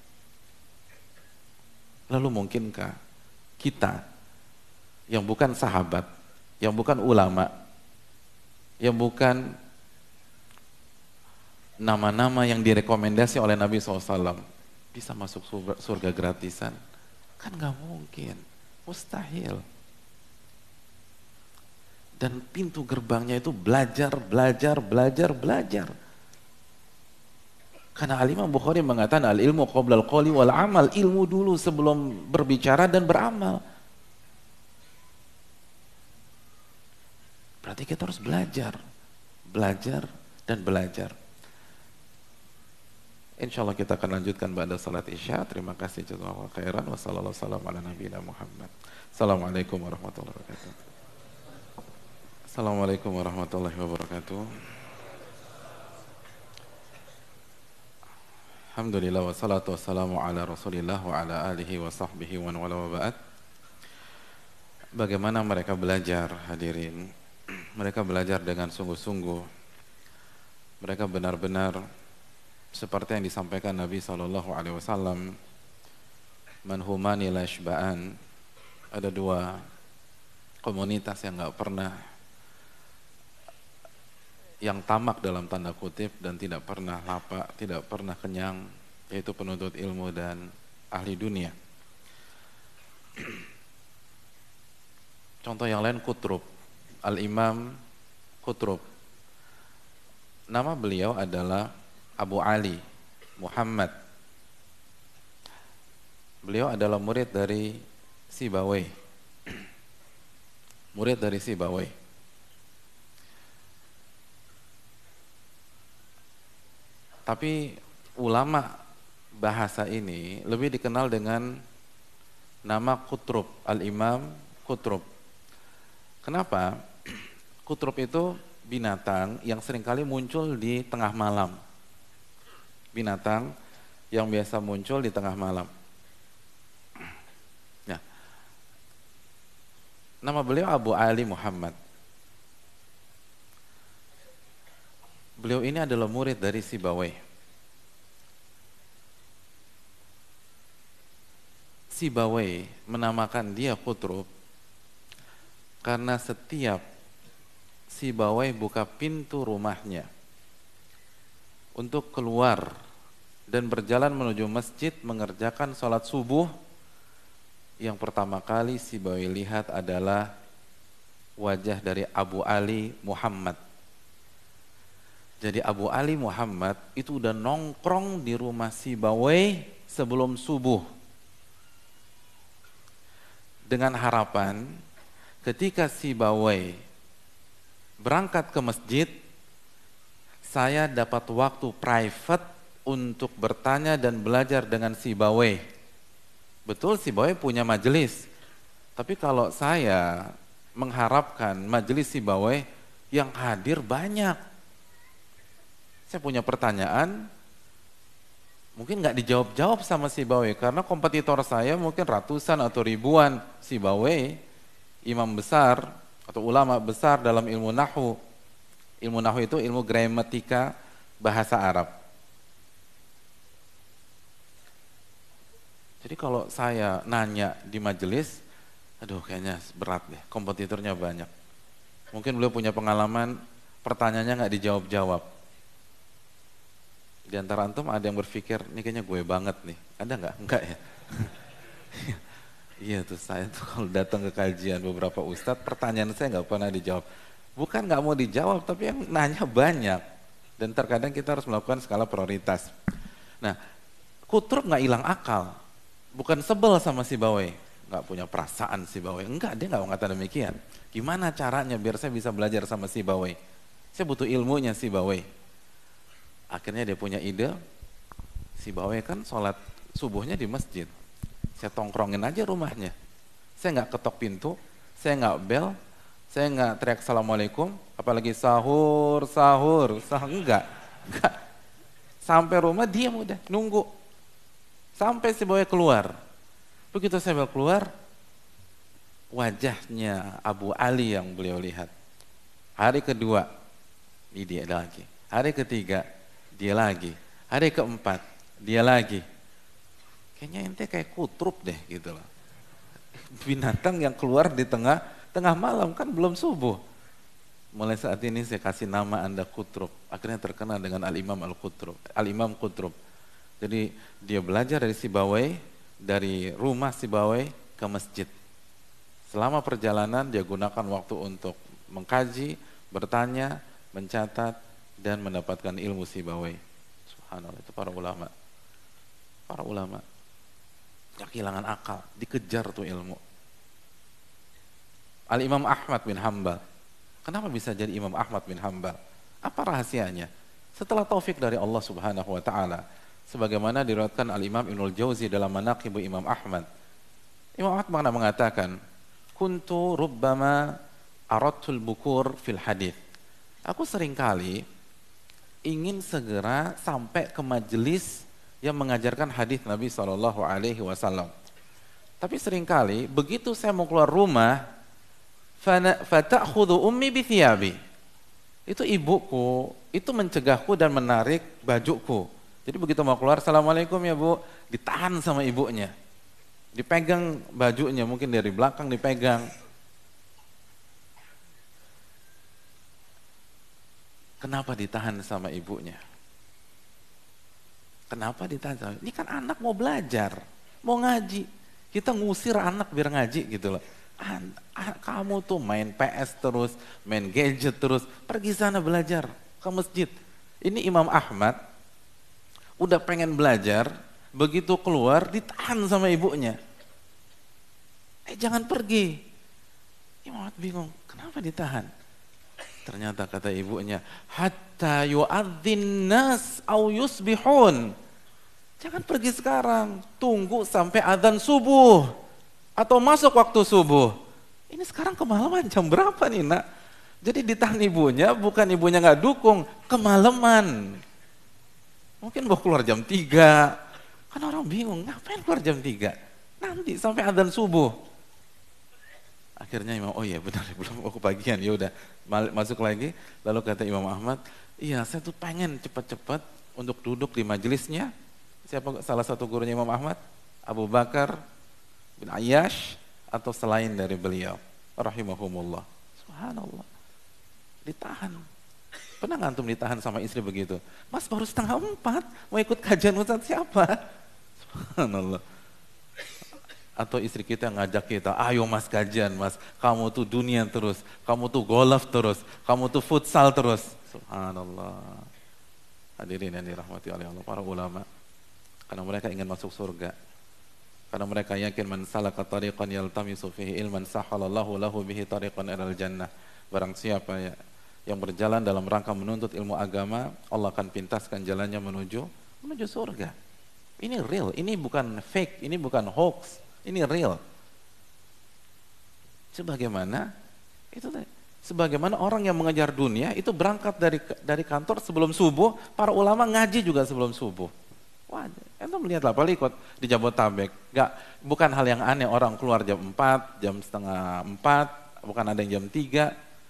Lalu mungkinkah kita yang bukan sahabat, yang bukan ulama, yang bukan nama-nama yang direkomendasi oleh Nabi SAW, bisa masuk surga gratisan? Kan nggak mungkin, mustahil. Dan pintu gerbangnya itu belajar. Karena Al-Imam Bukhari mengatakan al-ilmu qoblal qawli wal amal, ilmu dulu sebelum berbicara dan beramal. Berarti kita harus belajar dan belajar. Insya Allah kita akan lanjutkan pada salat Isya. Terima kasih jazakallahu khairan. Wassalamualaikum warahmatullahi wabarakatuh. Assalamualaikum warahmatullahi wabarakatuh. Alhamdulillah wassalatu wassalamu ala Rasulillah wa ala alihi wa sahbihi wa wala wa ba'd. Bagaimana mereka belajar, hadirin? Mereka belajar dengan sungguh-sungguh. Mereka benar-benar seperti yang disampaikan Nabi SAW, man humani la yashba'an. Ada dua komunitas yang nggak pernah, yang tamak dalam tanda kutip dan tidak pernah lapar, tidak pernah kenyang, yaitu penuntut ilmu dan ahli dunia. Contoh yang lain Qutrub, Al-Imam Qutrub. Nama beliau adalah Abu Ali Muhammad. Beliau adalah murid dari Sibawayh. Murid dari Sibawayh. Tapi ulama bahasa ini lebih dikenal dengan nama Qutrub, Al-Imam Qutrub. Kenapa? Qutrub itu binatang yang seringkali muncul di tengah malam. Binatang yang biasa muncul di tengah malam. Nah, nama beliau Abu Ali Muhammad. Beliau ini adalah murid dari Sibawayh. Sibawayh menamakan dia Qutrub karena setiap Sibawayh buka pintu rumahnya untuk keluar dan berjalan menuju masjid mengerjakan sholat subuh, yang pertama kali Sibawayh lihat adalah wajah dari Abu Ali Muhammad. Jadi Abu Ali Muhammad itu udah nongkrong di rumah Sibawayh sebelum subuh, dengan harapan ketika Sibawayh berangkat ke masjid, saya dapat waktu private untuk bertanya dan belajar dengan Sibawayh. Betul, Sibawayh punya majelis, tapi kalau saya mengharapkan majelis Sibawayh yang hadir banyak, saya punya pertanyaan, mungkin nggak dijawab-jawab sama Sibawayh karena kompetitor saya mungkin ratusan atau ribuan. Sibawayh imam besar atau ulama besar dalam ilmu nahwu. Ilmu nahwu itu ilmu gramatika bahasa Arab. Jadi kalau saya nanya di majelis, aduh kayaknya berat deh, kompetitornya banyak. Mungkin beliau punya pengalaman, pertanyaannya nggak dijawab-jawab. Di antara antum ada yang berpikir, ini kayaknya gue banget nih. Ada nggak? Enggak ya? Iya tuh, saya tuh kalau datang ke kajian beberapa ustadz, pertanyaan saya nggak pernah dijawab. Bukan nggak mau dijawab, tapi yang nanya banyak. Dan terkadang kita harus melakukan skala prioritas. Nah, Qutrub nggak hilang akal. Bukan sebel sama Sibawayh, nggak punya perasaan Sibawayh. Enggak, dia nggak mengatakan demikian. Gimana caranya biar saya bisa belajar sama Sibawayh? Saya butuh ilmunya Sibawayh. Akhirnya dia punya ide, Sibawayh kan sholat subuhnya di masjid. Saya tongkrongin aja rumahnya. Saya nggak ketok pintu, saya nggak bel, saya nggak teriak assalamualaikum, apalagi sahur, enggak. Sampai rumah diam udah, nunggu. Sampai Sibawayh keluar. Begitu saya keluar, wajahnya Abu Ali yang beliau lihat. Hari kedua, ini dia lagi. Hari ketiga, dia lagi. Hari keempat, dia lagi. Kayaknya ente kayak Qutrub deh gitu loh. Binatang yang keluar di tengah malam, kan belum subuh. Mulai saat ini saya kasih nama Anda Qutrub. Akhirnya terkenal dengan Al-Imam Al-Qutrub, Al-Imam Qutrub. Jadi dia belajar dari Sibawayh, dari rumah Sibawayh ke masjid. Selama perjalanan dia gunakan waktu untuk mengkaji, bertanya, mencatat, dan mendapatkan ilmu Sibawayh. Subhanallah, itu para ulama. Para ulama yang kehilangan akal, dikejar tuh ilmu. Al-Imam Ahmad bin Hanbal. Kenapa bisa jadi Imam Ahmad bin Hanbal? Apa rahasianya? Setelah taufik dari Allah Subhanahu wa taala, sebagaimana diriwayatkan Al-Imam Ibnul Jauzi dalam Manaqib Imam Ahmad. Imam Ahmad pernah mengatakan, "Kuntu rubbama aradtul bukur fil hadits." Aku seringkali ingin segera sampai ke majelis yang mengajarkan hadis Nabi SAW. Tapi seringkali begitu saya mau keluar rumah, fata'khudhu ummi bithiyabi. Itu ibuku, itu mencegahku dan menarik bajuku. Jadi begitu mau keluar, assalamualaikum ya bu, ditahan sama ibunya. Dipegang bajunya, mungkin dari belakang dipegang. Kenapa ditahan sama ibunya? Kenapa ditahan? Ini kan anak mau belajar, mau ngaji. Kita ngusir anak biar ngaji gitu loh. Kamu tuh main PS terus, main gadget terus, pergi sana belajar ke masjid. Ini Imam Ahmad udah pengen belajar, Begitu keluar ditahan sama ibunya. Jangan pergi. Imam Ahmad bingung, kenapa ditahan? Ternyata kata ibunya, hatta yu'adzin nas au yusbihun. Jangan pergi sekarang, tunggu sampai adzan subuh atau masuk waktu subuh. Ini sekarang kemalaman, jam berapa nih nak? Jadi ditahan ibunya, bukan ibunya nggak dukung, kemalaman. Mungkin mau keluar jam 3, kan orang bingung, ngapain keluar jam 3? Nanti sampai adzan subuh. Akhirnya Imam, oh iya benar, belum mau kebagian, ya udah masuk lagi. Lalu kata Imam Ahmad, iya saya tuh pengen cepat-cepat untuk duduk di majelisnya. Siapa salah satu gurunya Imam Ahmad? Abu Bakar bin Ayyash atau selain dari beliau, rahimahumullah. Subhanallah, ditahan. Pernah nggak antum ditahan sama istri begitu? Mas baru 3:30 mau ikut kajian Ustaz siapa? Subhanallah. Atau istri kita ngajak kita, ayo mas kajian mas, kamu tuh dunia terus, kamu tuh golf terus, kamu tuh futsal terus. Subhanallah. Hadirin yang dirahmati oleh Allah, para ulama. Karena mereka ingin masuk surga. Karena mereka yakin man salaka tariqan yaltamisu fihi ilman sahalallahu lahu bihi tariqan ilal jannah. Barang siapa ya yang berjalan dalam rangka menuntut ilmu agama, Allah akan pintaskan jalannya menuju surga. Ini real, ini bukan fake, ini bukan hoax, ini real. Sebagaimana orang yang mengejar dunia itu berangkat dari kantor sebelum subuh, para ulama ngaji juga sebelum subuh. Wah, ente melihatlah palikot di Jabotabek, bukan hal yang aneh orang keluar jam 4, jam setengah 4, bukan ada yang jam 3.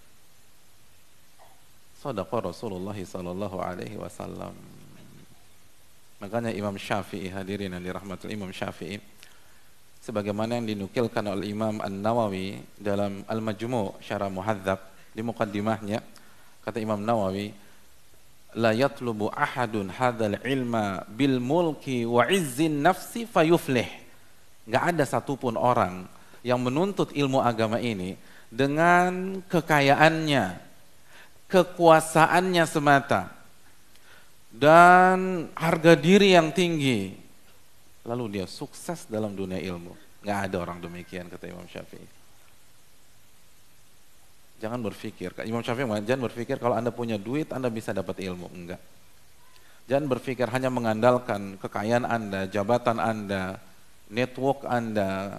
Shadaqa Rasulullah sallallahu alaihi wasallam. Makanya Imam Syafi'i, hadirin yang dirahmati Imam Syafi'i, sebagaimana yang dinukilkan oleh Imam An-Nawawi dalam Al-Majmu' Syarah Muhadzab di muqaddimahnya, kata Imam Nawawi, la yatlubu ahadun hadzal ilma bil mulki wa izzin nafsi fayuflih. Enggak ada satupun orang yang menuntut ilmu agama ini dengan kekayaannya, kekuasaannya semata dan harga diri yang tinggi lalu dia sukses dalam dunia ilmu. Enggak ada orang demikian, kata Imam Syafi'i. Jangan berpikir, Imam Syafi'i jangan berpikir kalau Anda punya duit Anda bisa dapat ilmu, enggak. Jangan berpikir hanya mengandalkan kekayaan Anda, jabatan Anda, network Anda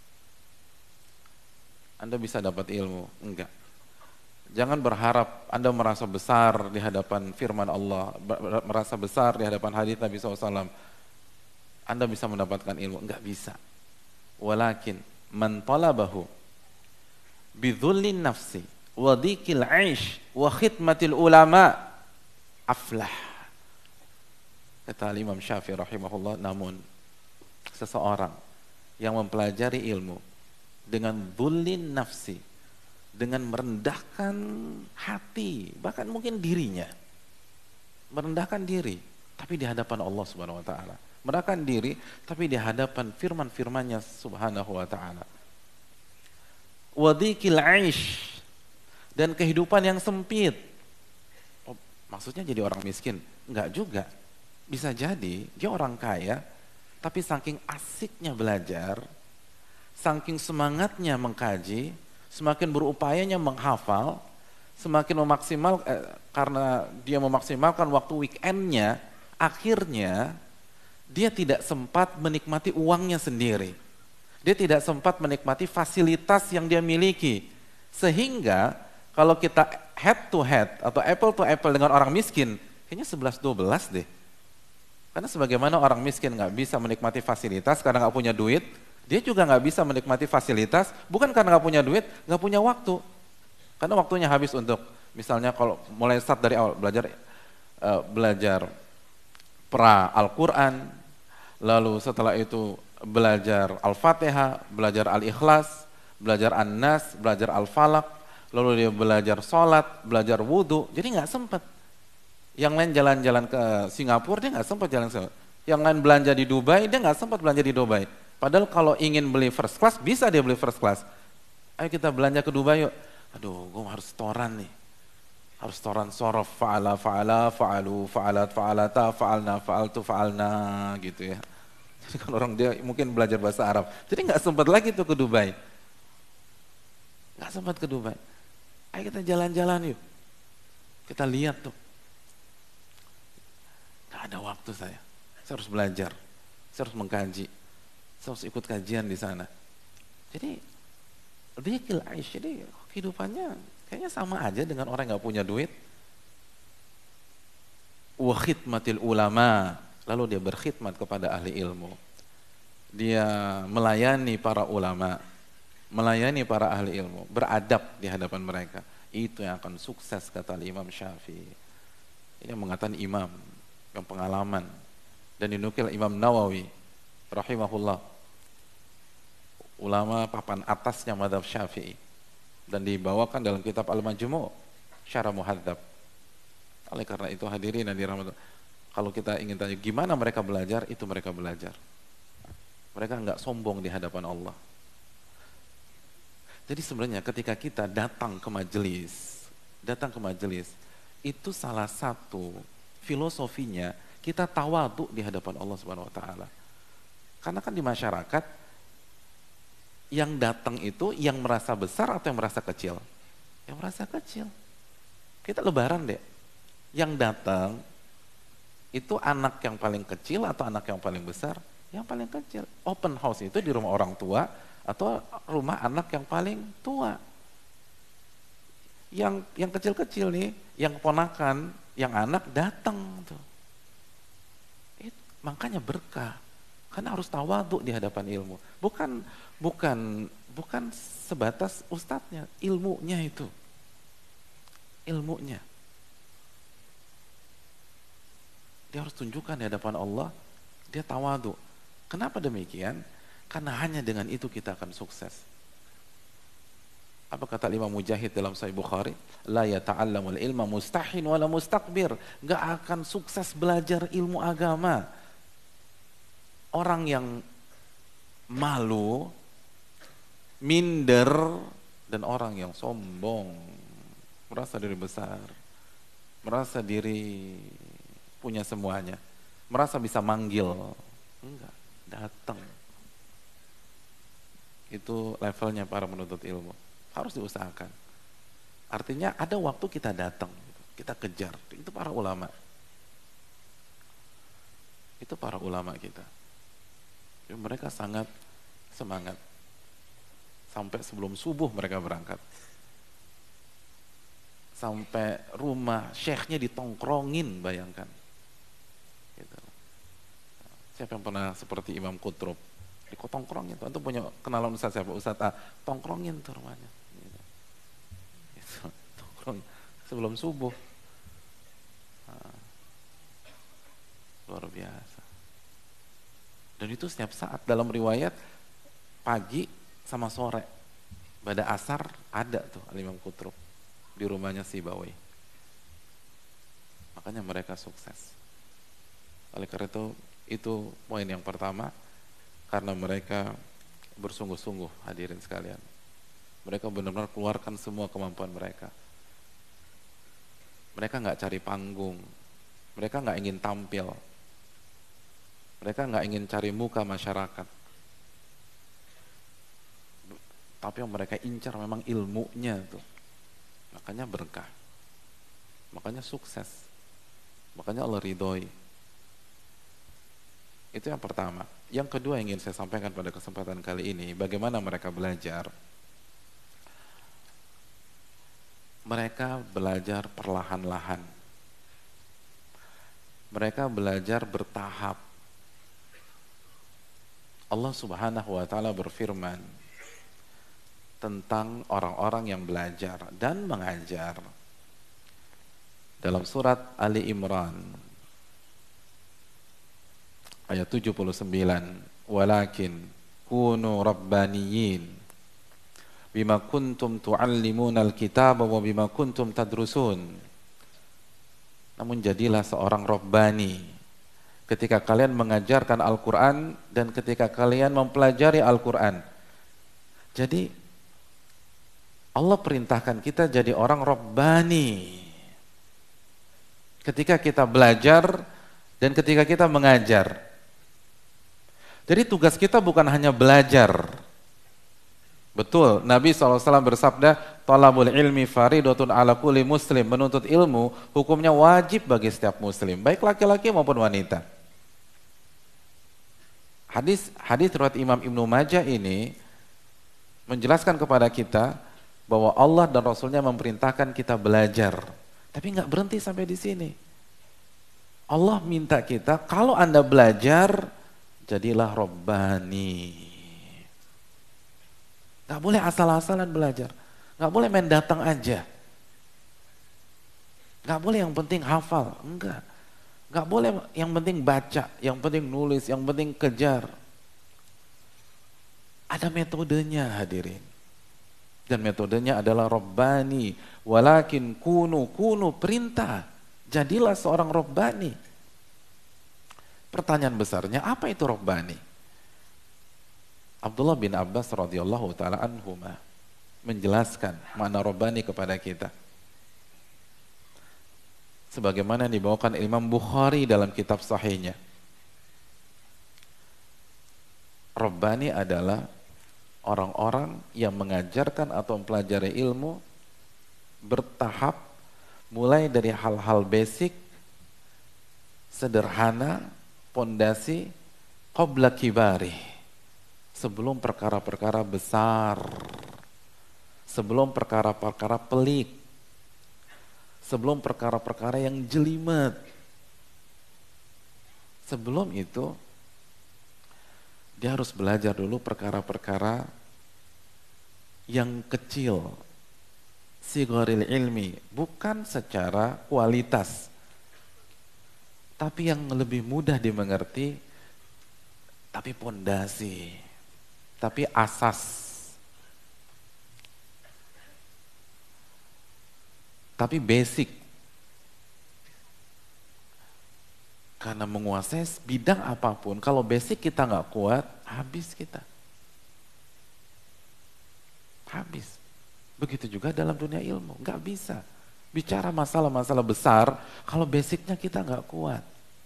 bisa dapat ilmu, enggak. Jangan berharap Anda merasa besar di hadapan firman Allah, merasa besar di hadapan hadits Nabi SAW, Anda bisa mendapatkan ilmu, enggak bisa. Walakin man talabahu bidzullin nafsi wa dhikil aish wa khidmatil ulama aflah. Kata Imam Syafi'i rahimahullah, namun seseorang yang mempelajari ilmu dengan dhullin nafsi, dengan merendahkan hati, bahkan mungkin dirinya, merendahkan diri tapi di hadapan Allah Subhanahu wa taala, merendahkan diri tapi di hadapan firman-firmannya Subhanahu wa taala, wadhikil aish, dan kehidupan yang sempit. Maksudnya jadi orang miskin? Enggak juga. Bisa jadi dia orang kaya tapi saking asiknya belajar, saking semangatnya mengkaji, semakin berupayanya menghafal, semakin karena dia memaksimalkan waktu weekendnya, akhirnya dia tidak sempat menikmati uangnya sendiri. Dia tidak sempat menikmati fasilitas yang dia miliki. Sehingga kalau kita head to head atau apple to apple dengan orang miskin, kayaknya 11-12 deh. Karena sebagaimana orang miskin nggak bisa menikmati fasilitas karena nggak punya duit, dia juga nggak bisa menikmati fasilitas bukan karena nggak punya duit, nggak punya waktu. Karena waktunya habis untuk, misalnya kalau mulai start dari awal belajar pra Al-Quran, lalu setelah itu belajar Al-Fatihah, belajar Al-Ikhlas, belajar An-Nas, belajar Al-Falaq, lalu dia belajar sholat, belajar wudhu, jadi nggak sempat. Yang lain jalan-jalan ke Singapura, dia nggak sempat jalan ke Singapura. Yang lain belanja di Dubai, dia nggak sempat belanja di Dubai. Padahal kalau ingin beli first class, bisa dia beli first class. Ayo kita belanja ke Dubai yuk. Aduh, gue harus setoran nih. Harus setoran sorof, fa'ala, fa'ala, fa'alu, fa'alat, fa'alata, fa'alna, fa'altu, fa'alna, gitu ya. Jadi kan orang dia mungkin belajar bahasa Arab, jadi nggak sempat lagi tuh ke Dubai, nggak sempat ke Dubai. Ayo kita jalan-jalan yuk, kita lihat tuh. Nggak ada waktu saya harus belajar, saya harus mengkaji, saya harus ikut kajian di sana. Jadi dzikil aish, jadi kehidupannya kayaknya sama aja dengan orang yang nggak punya duit. Wa khidmatil ulama, lalu dia berkhidmat kepada ahli ilmu, dia melayani para ulama, melayani para ahli ilmu, beradab di hadapan mereka. Itu yang akan sukses, kata Imam Syafi'i. Ini yang mengatakan imam yang pengalaman, dan dinukil Imam Nawawi rahimahullah, ulama papan atasnya mazhab Syafi'i, dan dibawakan dalam kitab Al-Majmu' Syarah Muhadzab. Oleh karena itu hadirin yang dirahmati, kalau kita ingin tanya gimana mereka belajar, itu mereka belajar. Mereka enggak sombong di hadapan Allah. Jadi sebenarnya ketika kita datang ke majelis, itu salah satu filosofinya kita tawadhu di hadapan Allah Subhanahu wa taala. Karena kan di masyarakat yang datang itu yang merasa besar atau yang merasa kecil? Yang merasa kecil. Kita lebaran deh, yang datang itu anak yang paling kecil atau anak yang paling besar? Yang paling kecil. Open house itu di rumah orang tua atau rumah anak yang paling tua. Yang kecil-kecil nih, yang ponakan, yang anak datang tuh. Makanya berkah. Karena harus tawadhu di hadapan ilmu. Bukan sebatas ustadznya, ilmunya itu. Ilmunya. Dia harus tunjukkan di hadapan Allah, dia tawadhu. Kenapa demikian? Karena hanya dengan itu kita akan sukses. Apa kata Imam Mujahid dalam Sahih Bukhari? La yata'allamul ilma mustahin wala mustakbir. Gak akan sukses belajar ilmu agama orang yang malu, minder, dan orang yang sombong, merasa diri besar, merasa diri punya semuanya, merasa bisa manggil. Enggak, datang. Itu levelnya para penuntut ilmu. Harus diusahakan. Artinya ada waktu kita datang, kita kejar. Itu para ulama. Itu para ulama kita. Ya, mereka sangat semangat. Sampai sebelum subuh mereka berangkat. Sampai rumah syekhnya ditongkrongin, bayangkan. Gitu. Siapa yang pernah seperti Imam Qutrub? Ditongkrongin tuh. Antum punya kenalan Ustaz siapa? Ustaz A. Tongkrongin tuh rumahnya. Gitu. Tongkrong sebelum subuh. Nah, luar biasa. Dan itu setiap saat. Dalam riwayat pagi sama sore, pada asar ada tuh Imam Qutrub di rumahnya Sibawi. Makanya mereka sukses. Oleh karena itu poin yang pertama, karena mereka bersungguh-sungguh, hadirin sekalian. Mereka benar-benar keluarkan semua kemampuan mereka. Mereka nggak cari panggung, mereka nggak ingin tampil, mereka nggak ingin cari muka masyarakat. Tapi yang mereka incar memang ilmunya tuh. Makanya berkah. Makanya sukses. Makanya Allah ridhoi. Itu yang pertama. Yang kedua yang ingin saya sampaikan pada kesempatan kali ini, bagaimana mereka belajar. Mereka belajar perlahan-lahan. Mereka belajar bertahap. Allah Subhanahu wa taala berfirman tentang orang-orang yang belajar dan mengajar dalam surat Ali Imran ayat 79, walakin kunu rabbaniyin bima kuntum tuallimuna alkitaba wa bima kuntum tadrusun. Namun jadilah seorang rabbani ketika kalian mengajarkan Al-Quran dan ketika kalian mempelajari Al-Quran. Jadi Allah perintahkan kita jadi orang rabbani ketika kita belajar dan ketika kita mengajar. Jadi tugas kita bukan hanya belajar. Betul, Nabi SAW bersabda, "Thalabul ilmi faridatun ala kulli muslim." Menuntut ilmu, hukumnya wajib bagi setiap muslim, baik laki-laki maupun wanita. Hadis riwayat Imam Ibnu Majah ini menjelaskan kepada kita bahwa Allah dan Rasulnya memerintahkan kita belajar. Tapi nggak berhenti sampai di sini. Allah minta kita, kalau Anda belajar, jadilah Rabbani. Gak boleh asal-asalan belajar. Gak boleh main datang aja. Gak boleh yang penting hafal. Enggak. Gak boleh yang penting baca, yang penting nulis, yang penting kejar. Ada metodenya hadirin. Dan metodenya adalah Rabbani. Walakin kunu perintah. Jadilah seorang Rabbani. Pertanyaan besarnya, apa itu Rabbani? Abdullah bin Abbas radhiyallahu taala anhuma menjelaskan makna Rabbani kepada kita. Sebagaimana dibawakan Imam Bukhari dalam kitab sahihnya. Rabbani adalah orang-orang yang mengajarkan atau mempelajari ilmu bertahap, mulai dari hal-hal basic, sederhana, pondasi, qabla kibari, sebelum perkara-perkara besar, sebelum perkara-perkara pelik, sebelum perkara-perkara yang jelimet. Sebelum itu, dia harus belajar dulu perkara-perkara yang kecil, sigharil ilmi, bukan secara kualitas, tapi yang lebih mudah dimengerti, tapi pondasi, tapi asas, tapi basic. Karena menguasai bidang apapun, kalau basic kita nggak kuat, habis kita. Habis. Begitu juga dalam dunia ilmu, nggak bisa bicara masalah-masalah besar kalau basicnya kita nggak kuat.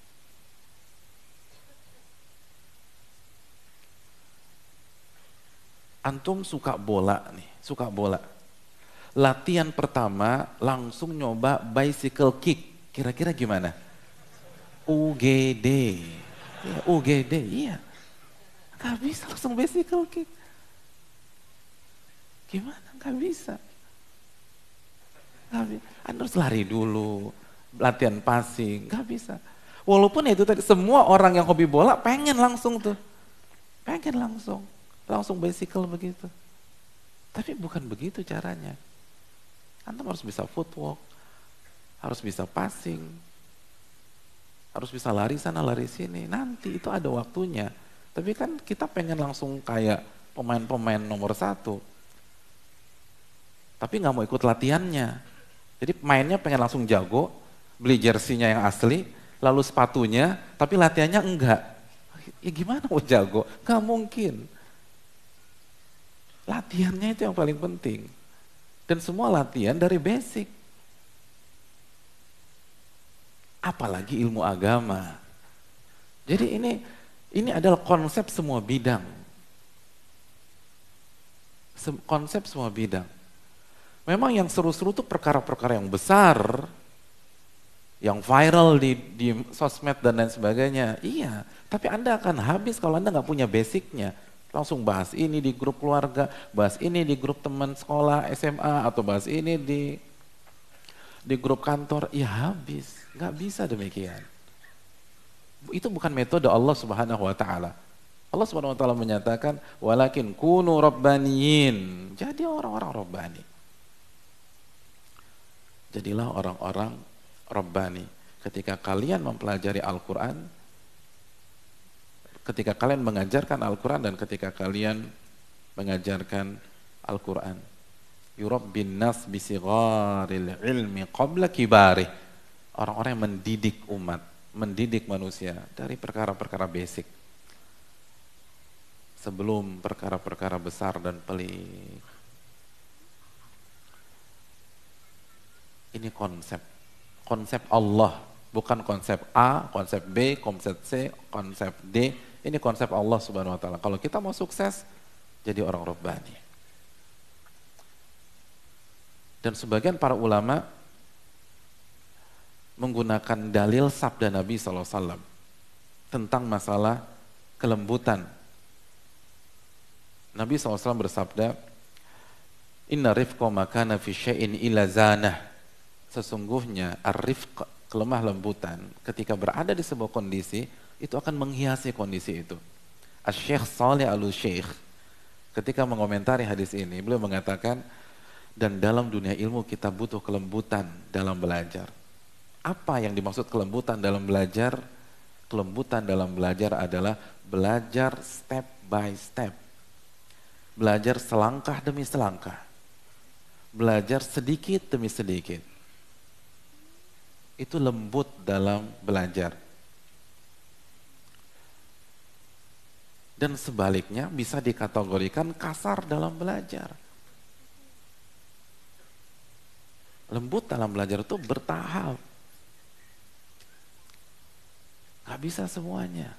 Antum suka bola nih, suka bola. Latihan pertama langsung nyoba bicycle kick, kira-kira gimana? UGD, ya, UGD, iya. Gak bisa langsung bicycle kick. Gimana? Gak bisa. Anda harus lari dulu, latihan passing, gak bisa. Walaupun itu tadi, semua orang yang hobi bola pengen langsung tuh. Pengen langsung bicycle begitu. Tapi bukan begitu caranya. Anda harus bisa footwork, harus bisa passing, harus bisa lari sana lari sini. Nanti itu ada waktunya. Tapi kan kita pengen langsung kayak pemain-pemain nomor 1. Tapi nggak mau ikut latihannya. Jadi mainnya pengen langsung jago, beli jersinya yang asli, lalu sepatunya, tapi latihannya enggak. Ya gimana mau jago? Gak mungkin. Latihannya itu yang paling penting. Dan semua latihan dari basic. Apalagi ilmu agama. Jadi ini adalah konsep semua bidang. Konsep semua bidang. Memang yang seru-seru tuh perkara-perkara yang besar, yang viral di sosmed dan lain sebagainya. Iya, tapi Anda akan habis kalau Anda nggak punya basicnya. Langsung bahas ini di grup keluarga, bahas ini di grup teman sekolah SMA, atau bahas ini di grup kantor, ya habis. Nggak bisa demikian. Itu bukan metode Allah Subhanahu wa taala. Allah Subhanahu wa taala menyatakan, "Walakin kunu rabbaniyin." Jadi orang-orang rabbani. Jadilah orang-orang rabbani. Ketika kalian mempelajari Al-Qur'an, ketika kalian mengajarkan Al-Qur'an, dan ketika kalian mengajarkan Al-Qur'an, yurabbin nas bisigharil ilmi qabla kibarih. Orang-orang yang mendidik umat, mendidik manusia dari perkara-perkara basic sebelum perkara-perkara besar dan pelik. Ini konsep Allah, bukan konsep A, konsep B, konsep C, konsep D. Ini konsep Allah Subhanahu wa taala. Kalau kita mau sukses, jadi orang Rabbani. Dan sebagian para ulama menggunakan dalil sabda Nabi SAW tentang masalah kelembutan. Nabi SAW bersabda, Inna rifqa makana fi syai'in ila zanah. Sesungguhnya ar-rifq, kelemah lembutan, ketika berada di sebuah kondisi, itu akan menghiasi kondisi itu. Asy-Syaikh Shalih Al-Utsaimin ketika mengomentari hadis ini, beliau mengatakan, dan dalam dunia ilmu kita butuh kelembutan dalam belajar. Apa yang dimaksud kelembutan dalam belajar? Kelembutan dalam belajar adalah belajar step by step. Belajar selangkah demi selangkah. Belajar sedikit demi sedikit. Itu lembut dalam belajar. Dan sebaliknya bisa dikategorikan kasar dalam belajar. Lembut dalam belajar itu bertahap. Gak bisa semuanya.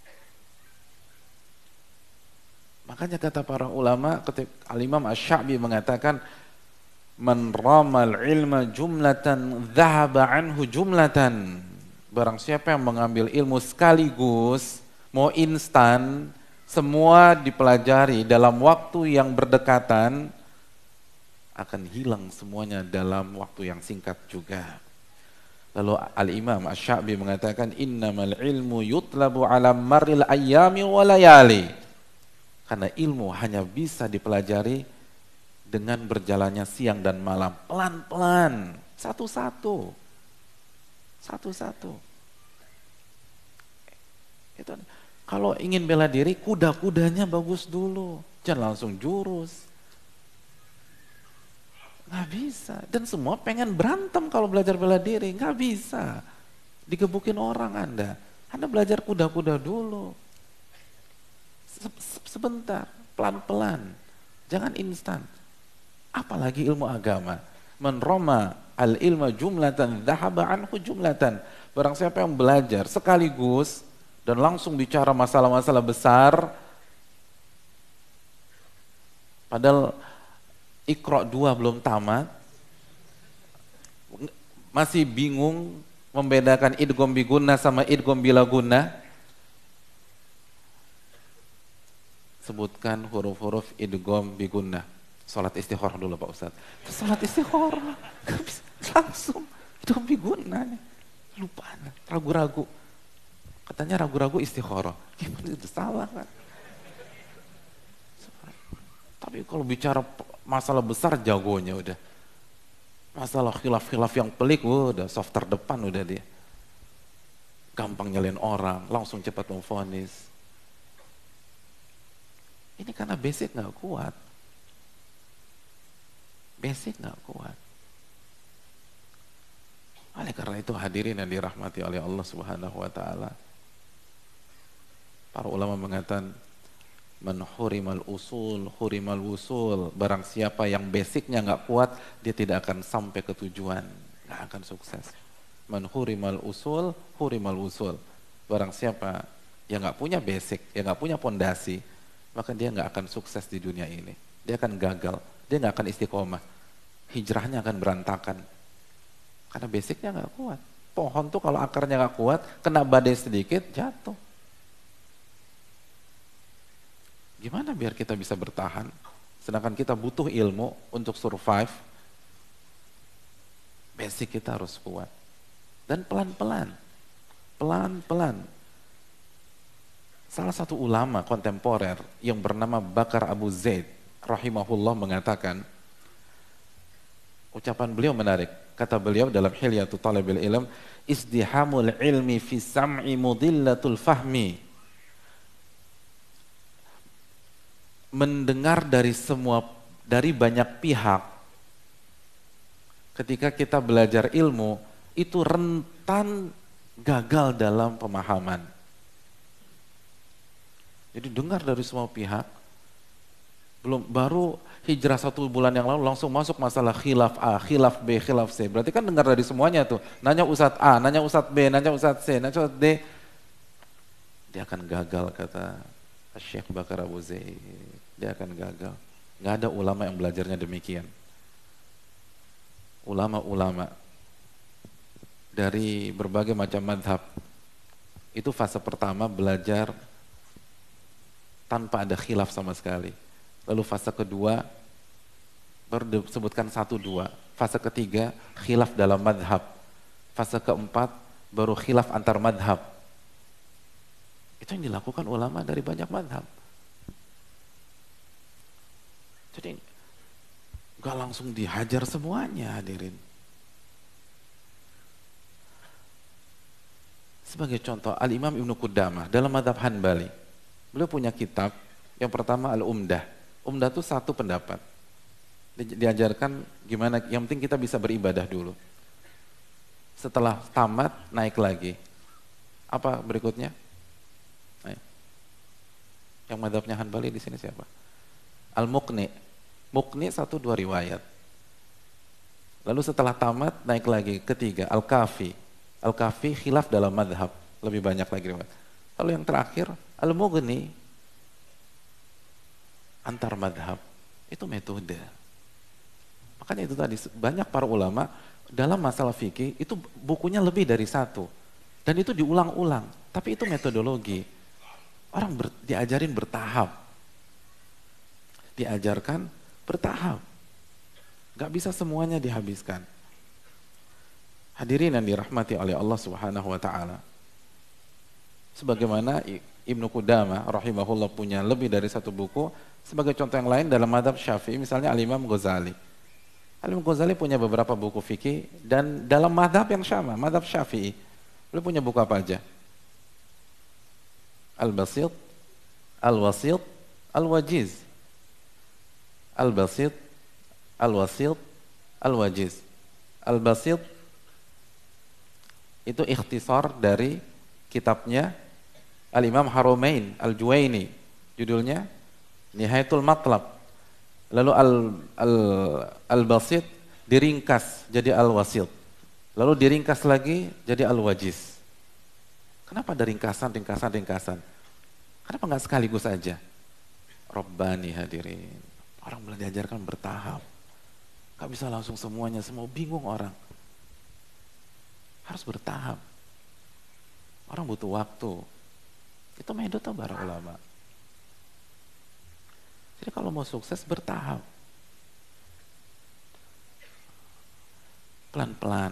Makanya kata para ulama, ketika Al-Imam Asy-Sya'bi mengatakan, Man ramal ilma jumlatan dhahaba anhu jumlatan. Barang siapa yang mengambil ilmu sekaligus, mau instan, semua dipelajari dalam waktu yang berdekatan, akan hilang semuanya dalam waktu yang singkat juga. Lalu Al-Imam Asy-Sya'bi mengatakan, Innamal ilmu yutlabu ala marril ayyami wa layali. Karena ilmu hanya bisa dipelajari dengan berjalannya siang dan malam, pelan-pelan, satu-satu. Satu-satu. Itu, kalau ingin bela diri, kuda-kudanya bagus dulu, jangan langsung jurus. Nggak bisa. Dan semua pengen berantem kalau belajar bela diri, nggak bisa. Digebukin orang Anda. Anda belajar kuda-kuda dulu. Sebentar, pelan-pelan. Jangan instan. Apalagi ilmu agama. Man rama al-ilma jumlatan dhahaba anhu jumlatan. Barang siapa yang belajar sekaligus dan langsung bicara masalah-masalah besar, padahal Iqra 2 belum tamat, masih bingung membedakan idgham bi gunnah sama idgham bila gunnah. Sebutkan huruf-huruf idgham bi gunnah. Salat istikharah dulu Pak Ustaz. Salat istikharah, gak bisa langsung idgham bi gunnah. Lupa, ragu-ragu. Katanya ragu-ragu istikharah. Gimana itu salah kan? Tapi kalau bicara masalah besar jagonya udah. Masalah khilaf-khilaf yang pelik udah soft terdepan udah dia. Gampang nyalain orang, langsung cepat memvonis. Ini karena basic gak kuat. Basic gak kuat. Oleh karena itu hadirin yang dirahmati oleh Allah Subhanahu wa taala. Para ulama mengatakan man hurimal usul, hurimal wusul. Barang siapa yang basicnya nggak kuat, dia tidak akan sampai ke tujuan, nggak akan sukses. Man hurimal usul, hurimal wusul. Barang siapa yang nggak punya basic, yang nggak punya pondasi, maka dia nggak akan sukses di dunia ini. Dia akan gagal, dia nggak akan istiqomah. Hijrahnya akan berantakan. Karena basicnya nggak kuat. Pohon tuh kalau akarnya nggak kuat, kena badai sedikit, jatuh. Gimana biar kita bisa bertahan? Sedangkan kita butuh ilmu untuk survive. Basic kita harus kuat. Dan pelan-pelan. Pelan-pelan. Salah satu ulama kontemporer yang bernama Bakar Abu Zaid rahimahullah mengatakan, ucapan beliau menarik. Kata beliau dalam Hilyatul Talibil Ilm, izdihamul ilmi fi sam'i mudillatul fahmi. Mendengar dari banyak pihak ketika kita belajar ilmu itu rentan gagal dalam pemahaman. Jadi dengar dari semua pihak, baru hijrah 1 bulan yang lalu langsung masuk masalah khilaf A, khilaf B, khilaf C. Berarti kan dengar dari semuanya tuh. Nanya Ustadz A, nanya Ustadz B, nanya Ustadz C, nanya Ustadz D. dia akan gagal, kata Syekh Bakar Abu Zaid. Dia akan gagal. Nggak ada ulama yang belajarnya demikian. Ulama-ulama dari berbagai macam madhab itu fase pertama belajar tanpa ada khilaf sama sekali. Lalu fase kedua baru disebutkan 1-2. Fase ketiga khilaf dalam madhab. Fase keempat baru khilaf antar madhab. Itu yang dilakukan ulama dari banyak madhab. Jadi gak langsung dihajar semuanya, hadirin. Sebagai contoh, Al-Imam Ibnu Qudamah dalam madhab Hanbali, beliau punya kitab yang pertama Al-Umdah. Umdah itu satu pendapat. Diajarkan gimana, yang penting kita bisa beribadah dulu. Setelah tamat, naik lagi. Apa berikutnya? Yang madhabnya Hanbali di sini siapa? Al-Muqni. Muqni 1-2 riwayat. Lalu setelah tamat, naik lagi. Ketiga, Al-Kafi. Al-Kafi khilaf dalam madhab. Lebih banyak lagi riwayat. Lalu yang terakhir, Al-Mughni. Antar madhab. Itu metode. Makanya itu tadi, banyak para ulama dalam masalah fikih itu bukunya lebih dari satu. Dan itu diulang-ulang. Tapi itu metodologi. Orang diajarin bertahap. Diajarkan bertahap. Gak bisa semuanya dihabiskan. Hadirin yang dirahmati oleh Allah Subhanahu wa taala. Sebagaimana Ibnu Qudamah rahimahullah punya lebih dari satu buku, sebagai contoh yang lain dalam madhab Syafi'i misalnya Al-Imam Ghazali. Al-Imam Ghazali punya beberapa buku fikih dan dalam madhab yang sama, madhab Syafi'i. Beliau punya buku apa aja? Al-Basit, Al-Wasit, Al-Wajiz. Al-Basit, Al-Wasit, Al-Wajiz. Al-Basit itu ikhtisar dari kitabnya Al-Imam Haromain Al-Juwaini, judulnya Nihayatul Matlab. Lalu Al-Basit diringkas jadi Al-Wasit. Lalu diringkas lagi jadi Al-Wajiz. Kenapa ada ringkasan? Kenapa nggak sekaligus aja? Rabbani, hadirin. Orang boleh diajarkan bertahap. Gak bisa langsung semuanya, semua bingung orang. Harus bertahap. Orang butuh waktu. Itu metode para ulama. Jadi kalau mau sukses bertahap. Pelan-pelan.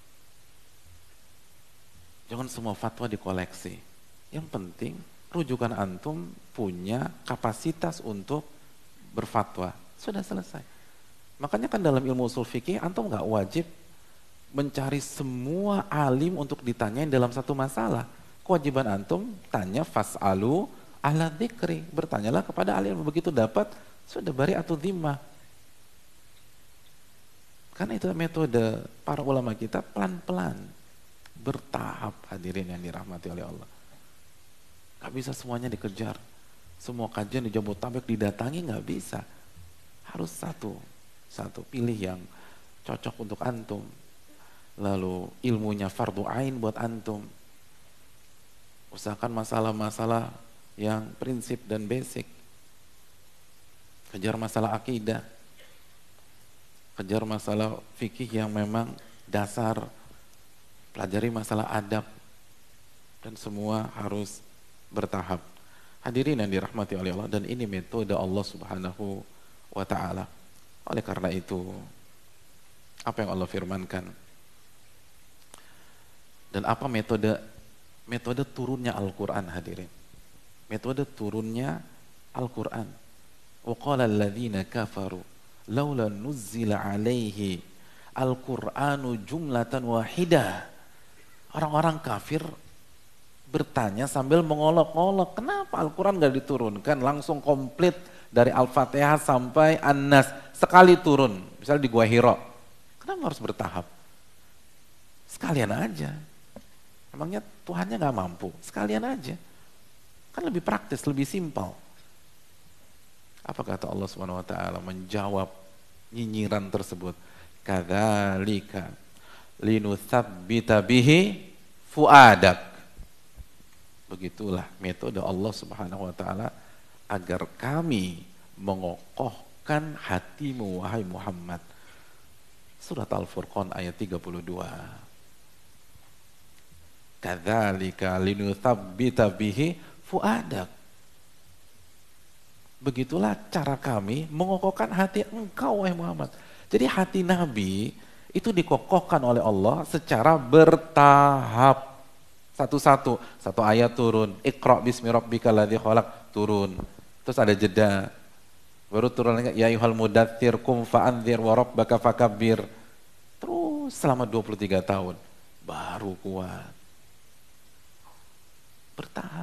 Jangan semua fatwa dikoleksi. Yang penting rujukan antum punya kapasitas untuk berfatwa. Sudah selesai. Makanya kan dalam ilmu usul fikih antum nggak wajib mencari semua alim untuk ditanyain dalam satu masalah. Kewajiban antum tanya fas'alu ahla dzikri, bertanyalah kepada alim. Begitu dapat sudah bari atau dhimmah. Karena itu metode para ulama kita, pelan-pelan, bertahap, hadirin yang dirahmati oleh Allah. Gak bisa semuanya dikejar. Semua kajian di Jabodetabek didatangi gak bisa. Harus satu pilih yang cocok untuk antum. Lalu ilmunya fardu ain buat antum. Usahakan masalah-masalah yang prinsip dan basic. Kejar masalah akidah. Kejar masalah fikih yang memang dasar. Pelajari masalah adab. Dan semua harus bertahap. Hadirin yang dirahmati oleh Allah, dan ini metode Allah Subhanahu wa ta'ala. Oleh karena itu, apa yang Allah firmankan? Dan apa metode turunnya Al-Quran, hadirin? Metode turunnya Al-Quran. Wa qala alladhina kafaru laula nuzzila alaihi Al-Qur'anu jumlatan wahidah. Orang-orang kafir bertanya sambil mengolok-olok, kenapa Al-Quran gak diturunkan langsung komplit dari Al-Fatihah sampai An-Nas sekali turun, misalnya di Gua Hira. Kenapa harus bertahap? Sekalian aja. Emangnya Tuhannya gak mampu? Sekalian aja. Kan lebih praktis, lebih simpel. Apa kata Allah Subhanahu wa taala menjawab nyinyiran tersebut? Kadzalika linutsabbita bihi fuadak. Begitulah metode Allah Subhanahu wa taala agar kami mengokohkan hatimu wahai Muhammad. Surat Al-Furqan ayat 32. Kadzalika linutsabbita bihi fuadak. Begitulah cara kami mengokohkan hati engkau wahai Muhammad. Jadi hati Nabi itu dikokohkan oleh Allah secara bertahap. Satu-satu, satu ayat turun, Iqra bismi rabbikal ladzi khalaq turun. Terus ada jeda. Baru turun lagi ya ayyuhal mudatstsir qum fa'andzir wa rabbaka fakabbir. Terus selama 23 tahun baru kuat. Bertahap.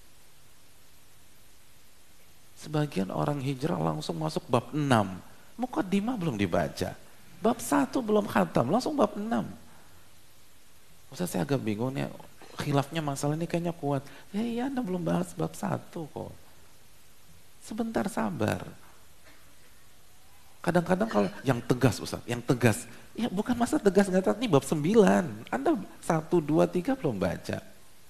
Sebagian orang hijrah langsung masuk bab 6. Muqaddimah belum dibaca. Bab 1 belum khatam, langsung bab 6. Ustaz saya agak bingung nih. Khilafnya masalah ini kayaknya kuat. Ya iya, Anda belum bahas bab 1 kok. Sebentar sabar. Kadang-kadang kalau yang tegas Ustaz, yang tegas. Ya bukan masa tegas nggak tahu, ini bab 9. Anda 1, 2, 3 belum baca.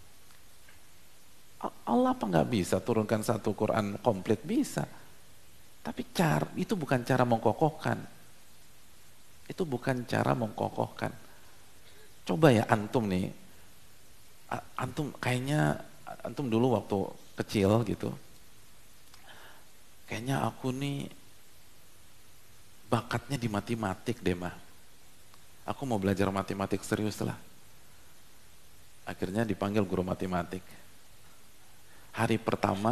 Allah apa nggak bisa turunkan satu Quran komplit? Bisa. Tapi itu bukan cara mengkokohkan. Itu bukan cara mengkokohkan. Coba ya antum nih, antum kayaknya antum dulu waktu kecil gitu, kayaknya aku nih bakatnya di matematik deh mah, aku mau belajar matematik serius lah. Akhirnya dipanggil guru matematik. Hari pertama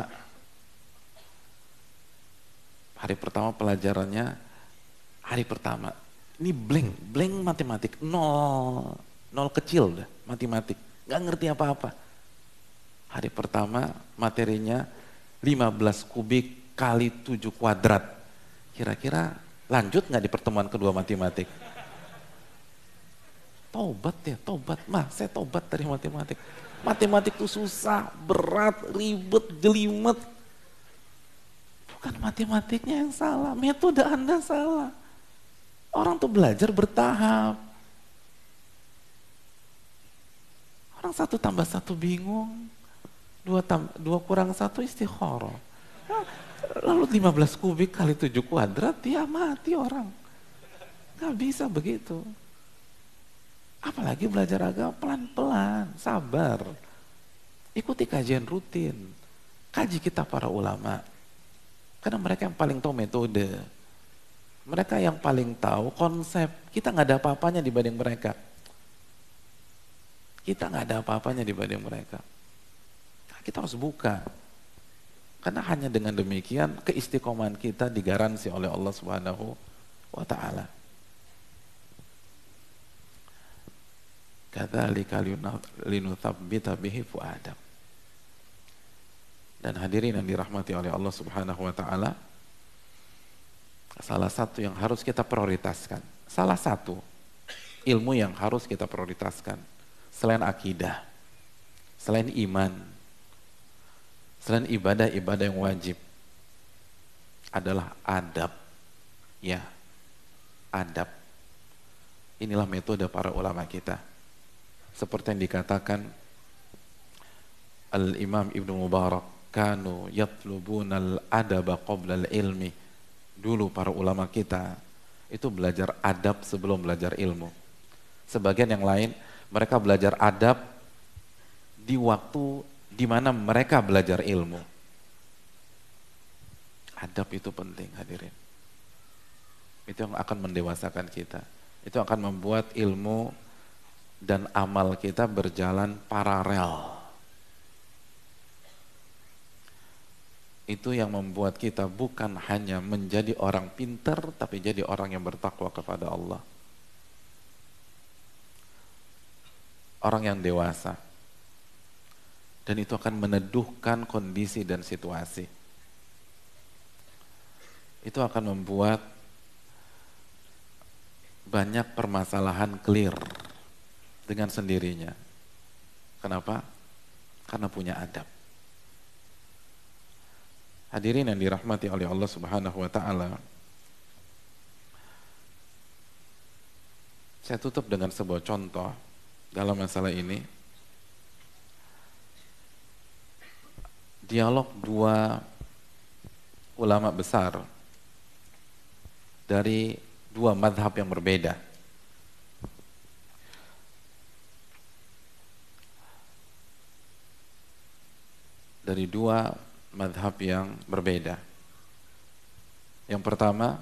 pelajarannya, hari pertama ini blank matematik, nol kecil dah matematik. Gak ngerti apa-apa. Hari pertama materinya 15 kubik kali 7 kuadrat. Kira-kira lanjut gak di pertemuan kedua matematik? Tobat ya, tobat. Saya tobat dari matematik. Matematik itu susah, berat, ribet, jelimet. Bukan matematiknya yang salah, metode Anda salah. Orang tuh belajar bertahap. Orang 1 tambah 1 bingung, 2 kurang 1 istikharah. Lalu 15 kubik kali 7 kuadrat, dia mati orang. Gak bisa begitu. Apalagi belajar agama pelan-pelan, sabar. Ikuti kajian rutin. Kaji kita para ulama. Karena mereka yang paling tahu metode. Mereka yang paling tahu konsep. Kita gak ada apa-apanya dibanding mereka. Kita nggak ada apa-apanya dibanding mereka. Kita harus buka. Karena hanya dengan demikian keistiqomahan kita digaransi oleh Allah Subhanahu wa taala. Kadzalika linutsabbita bihi fuadak. Dan hadirin yang dirahmati oleh Allah Subhanahu wa taala, salah satu yang harus kita prioritaskan, salah satu ilmu yang harus kita prioritaskan selain akidah, selain iman, selain ibadah-ibadah yang wajib, adalah adab. Ya, adab. Inilah metode para ulama kita. Seperti yang dikatakan Al-Imam Ibnu Mubarak, kanu yatlubunal adaba qabla al-ilmi. Dulu para ulama kita itu belajar adab sebelum belajar ilmu. Sebagian yang lain mereka belajar adab di waktu di mana mereka belajar ilmu. Adab itu penting hadirin. Itu yang akan mendewasakan kita. Itu akan membuat ilmu dan amal kita berjalan paralel. Itu yang membuat kita bukan hanya menjadi orang pintar, tapi jadi orang yang bertakwa kepada Allah. Orang yang dewasa. Dan itu akan meneduhkan kondisi dan situasi. Itu akan membuat banyak permasalahan clear dengan sendirinya. Kenapa? Karena punya adab. Hadirin yang dirahmati oleh Allah Subhanahu wa taala. Saya tutup dengan sebuah contoh dalam masalah ini. dialog dua ulama besar dari dua madhab yang berbeda. Dari dua madhab yang berbeda. Yang pertama,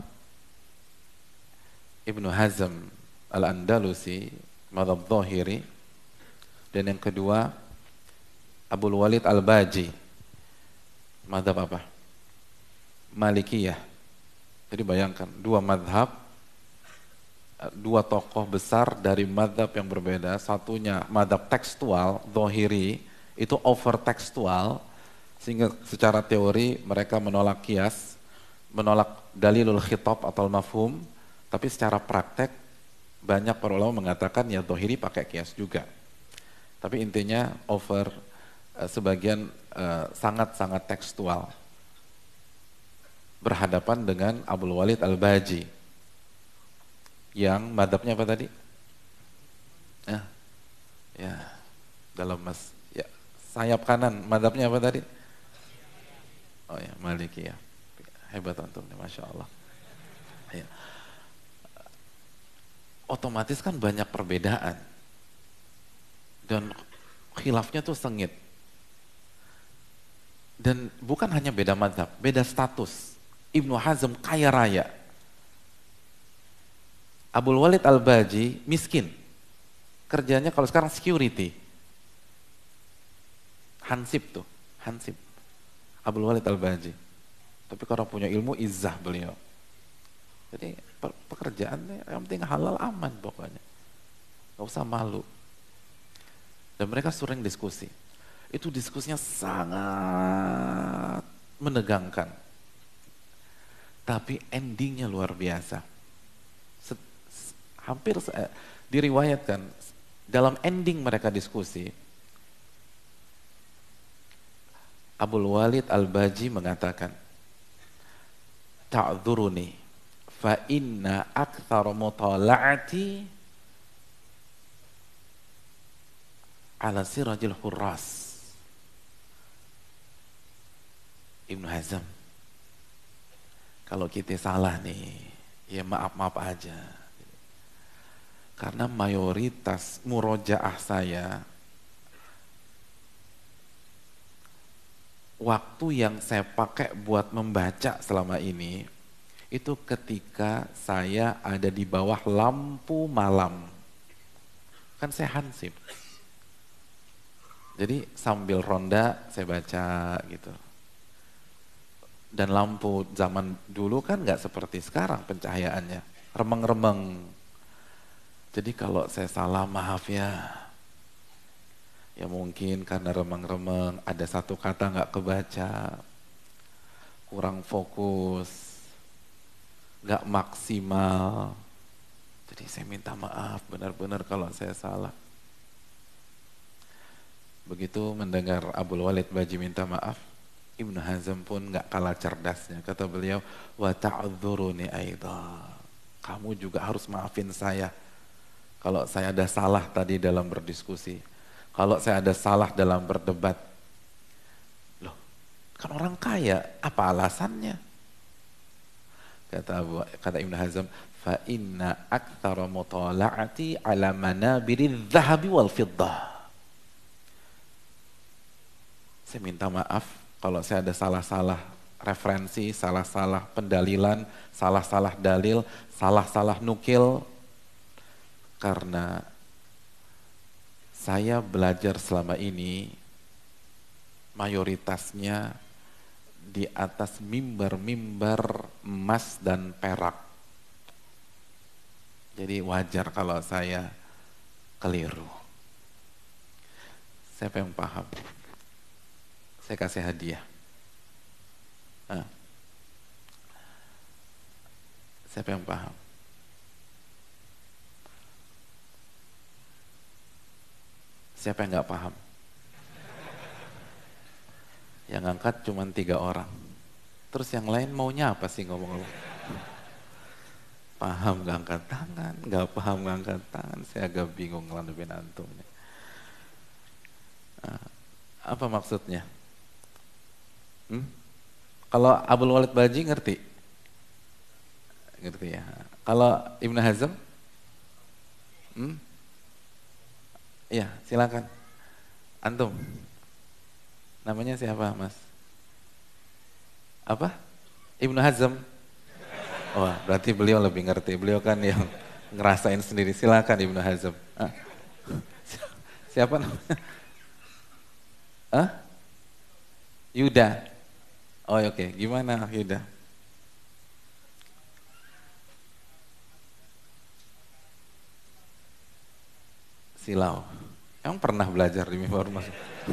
Ibnu Hazm Al-Andalusi, madhab Zahiri, dan yang kedua Abul Walid Al-Baji, madhab apa? Malikiyah. Jadi bayangkan, dua madhab, dua tokoh besar dari madhab yang berbeda. Satunya madhab tekstual, Zahiri, itu over tekstual, sehingga secara teori mereka menolak kias, menolak dalilul khitab atau mafhum, tapi secara praktek banyak para ulama mengatakan ya Zahiri pakai kias juga. Tapi intinya over sebagian sangat-sangat tekstual. Berhadapan dengan Abul Walid Al-Baji yang madhabnya apa tadi? Ya, dalam ya, sayap kanan madhabnya apa tadi? Oh ya, Maliki ya. Hebat antum, Masya Allah. Ya. Otomatis kan banyak perbedaan dan khilafnya tuh sengit. Dan bukan hanya beda madhab, beda status. Ibnu Hazm kaya raya, Abul Walid Al-Baji miskin, kerjanya kalau sekarang security, hansip tuh, hansip, Abul Walid Al-Baji. Tapi kalau punya ilmu izzah beliau. Jadi pekerjaannya yang penting halal aman pokoknya, nggak usah malu. Dan mereka sering diskusi. Itu diskusinya sangat menegangkan. Tapi endingnya luar biasa. Hampir diriwayatkan dalam ending mereka diskusi, Abul Walid Al-Baji mengatakan, ta'dzuruni fa inna aktsara mutala'ati ala sirajil hurras. Ibnu Hazm, kalau kita salah nih, ya maaf-maaf aja. Karena mayoritas murojaah saya, waktu yang saya pakai buat membaca selama ini, itu ketika saya ada di bawah lampu malam. Kan saya hansip. Jadi sambil ronda saya baca gitu. Dan lampu zaman dulu kan nggak seperti sekarang pencahayaannya, remeng-remeng. Jadi kalau saya salah maaf ya. Ya mungkin karena remeng-remeng, ada satu kata nggak kebaca, kurang fokus, nggak maksimal. Jadi saya minta maaf benar-benar kalau saya salah. Begitu mendengar Abul Walid Baji minta maaf, Ibnu Hazm pun nggak kalah cerdasnya. Kata beliau, wa ta'dzuruni aidha. Kamu juga harus maafin saya kalau saya ada salah tadi dalam berdiskusi. Kalau saya ada salah dalam berdebat. Loh, kan orang kaya, apa alasannya? Kata Ibnu Hazm, fa inna aktsara mutala'ati ala manabiriz zahabi wal fiddah. Saya minta maaf kalau saya ada salah-salah referensi, salah-salah pendalilan, salah-salah dalil, salah-salah nukil. Karena saya belajar selama ini mayoritasnya di atas mimbar-mimbar emas dan perak. Jadi wajar kalau saya keliru. Siapa yang paham? Saya kasih hadiah. Siapa yang paham? Siapa yang nggak paham? Yang ngangkat cuma 3 orang. Terus yang lain maunya apa sih ngomong-ngomong? Paham nggak angkat tangan, nggak paham nggak angkat tangan. Saya agak bingung ngelandepin antumnya. Apa maksudnya? Hmm? Kalau Abul Walid Baji ngerti? Ngerti ya. Kalau Ibnu Hazm? Hmm? Iya, silakan. Antum. Namanya siapa, Mas? Apa? Ibnu Hazm. Wah, berarti beliau lebih ngerti. Beliau kan yang ngerasain sendiri. Silakan Ibnu Hazm. Ah, siapa namanya? Ah? Yuda. Oh, oke. Gimana Yuda? Silau. Emang pernah belajar di Mifawar Mas?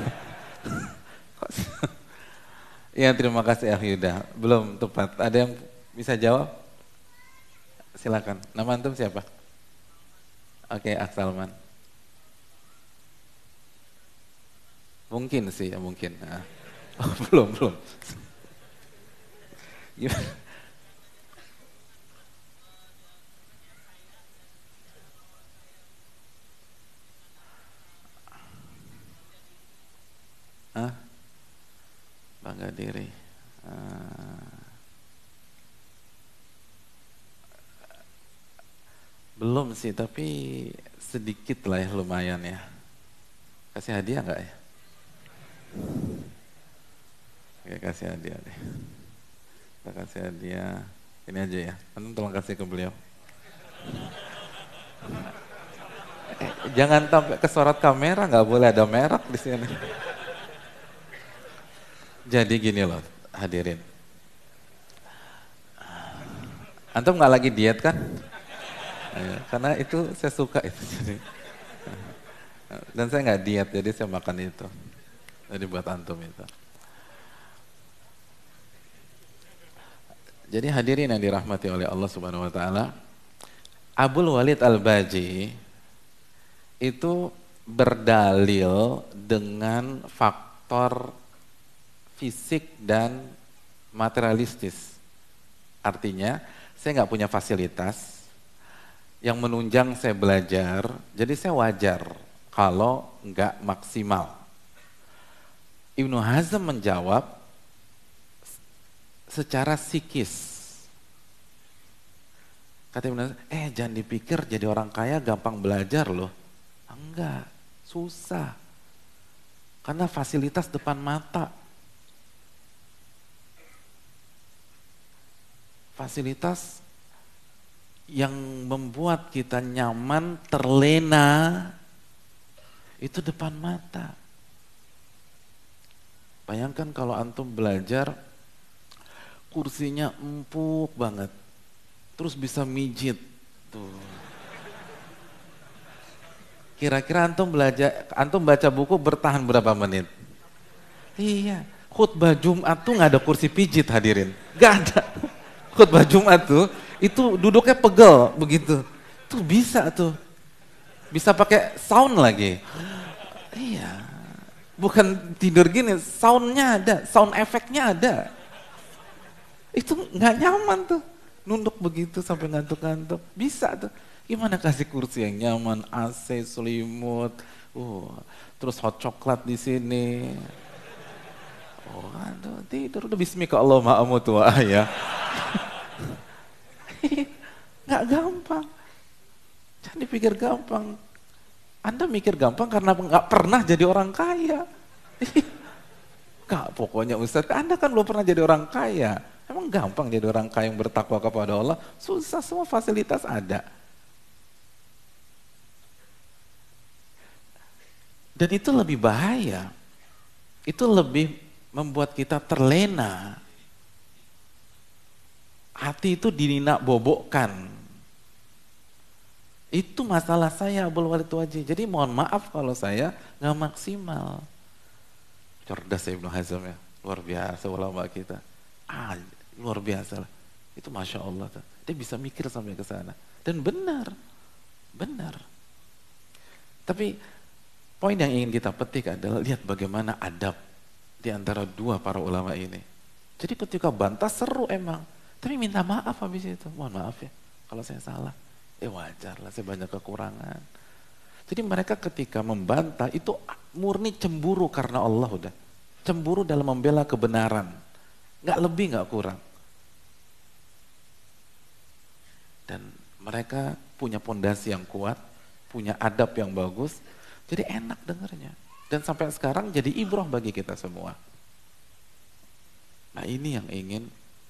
Iya, terima kasih Yuda. Belum tepat. Ada yang bisa jawab? Silakan. Nama antum siapa? Oke, Aksalman. Mungkin sih, ya mungkin. Ah. Oh, belum. Gimana? Ah, bangga diri. Ah, belum sih, tapi sedikit lah ya, lumayan ya. Kasih hadiah nggak ya? Oke, kasih hadiah deh. Kita kasih hadiah. Ini aja ya. Antum tolong kasih ke beliau. Jangan sampai kesorot kamera, nggak boleh ada merek di sini. Jadi gini loh, hadirin. Antum nggak lagi diet kan? Karena itu saya suka itu. Dan saya nggak diet, jadi saya makan itu. Jadi buat antum itu. Jadi hadirin yang dirahmati oleh Allah Subhanahu Wa Taala, Abul Walid Al-Baji itu berdalil dengan faktor fisik dan materialistis. Artinya, saya nggak punya fasilitas yang menunjang saya belajar, jadi saya wajar kalau nggak maksimal. Ibnu Hazm menjawab secara psikis. Kata Ibnu Hazm, jangan dipikir jadi orang kaya gampang belajar loh. Enggak, susah. Karena fasilitas depan mata. Fasilitas yang membuat kita nyaman, terlena, itu depan mata. Bayangkan kalau antum belajar, kursinya empuk banget, terus bisa mijit. Tuh. Kira-kira antum baca buku bertahan berapa menit? Iya, khutbah Jumat tuh nggak ada kursi pijit hadirin, nggak ada. Khutbah Jumat tuh itu duduknya pegel begitu, tuh bisa pakai sound lagi. Iya, bukan tidur gini, soundnya ada, sound efeknya ada. Itu nggak nyaman tuh, nunduk begitu sampai ngantuk-ngantuk. Bisa tuh, gimana kasih kursi yang nyaman, AC, selimut, terus hot coklat di sini. Oh, aduh, tidur udah bismika Allah ma'amutu wa ya. Nggak gampang. Jangan dipikir gampang. Anda mikir gampang karena nggak pernah jadi orang kaya. Kak, pokoknya Ustaz, Anda kan belum pernah jadi orang kaya. Emang gampang jadi orang kaya yang bertakwa kepada Allah? Susah, semua fasilitas ada. Dan itu lebih bahaya. Itu lebih membuat kita terlena. Hati itu dininak bobokkan. Itu masalah saya Abul Walid Waji. Jadi mohon maaf kalau saya nggak maksimal. Cerdas Ibnu Hazm ya, luar biasa ulama kita. Luar biasa lah. Itu Masya Allah. Dia bisa mikir sampai ke sana. Dan benar. Tapi poin yang ingin kita petik adalah lihat bagaimana adab di antara dua para ulama ini. Jadi ketika bantah seru emang. Tapi minta maaf habis itu. Mohon maaf ya kalau saya salah. Wajar lah, saya banyak kekurangan. Jadi mereka ketika membantah itu murni cemburu karena Allah udah. cemburu dalam membela kebenaran, nggak lebih nggak kurang. Dan mereka punya pondasi yang kuat, punya adab yang bagus, jadi enak dengarnya. Dan sampai sekarang jadi ibrah bagi kita semua. Nah ini yang ingin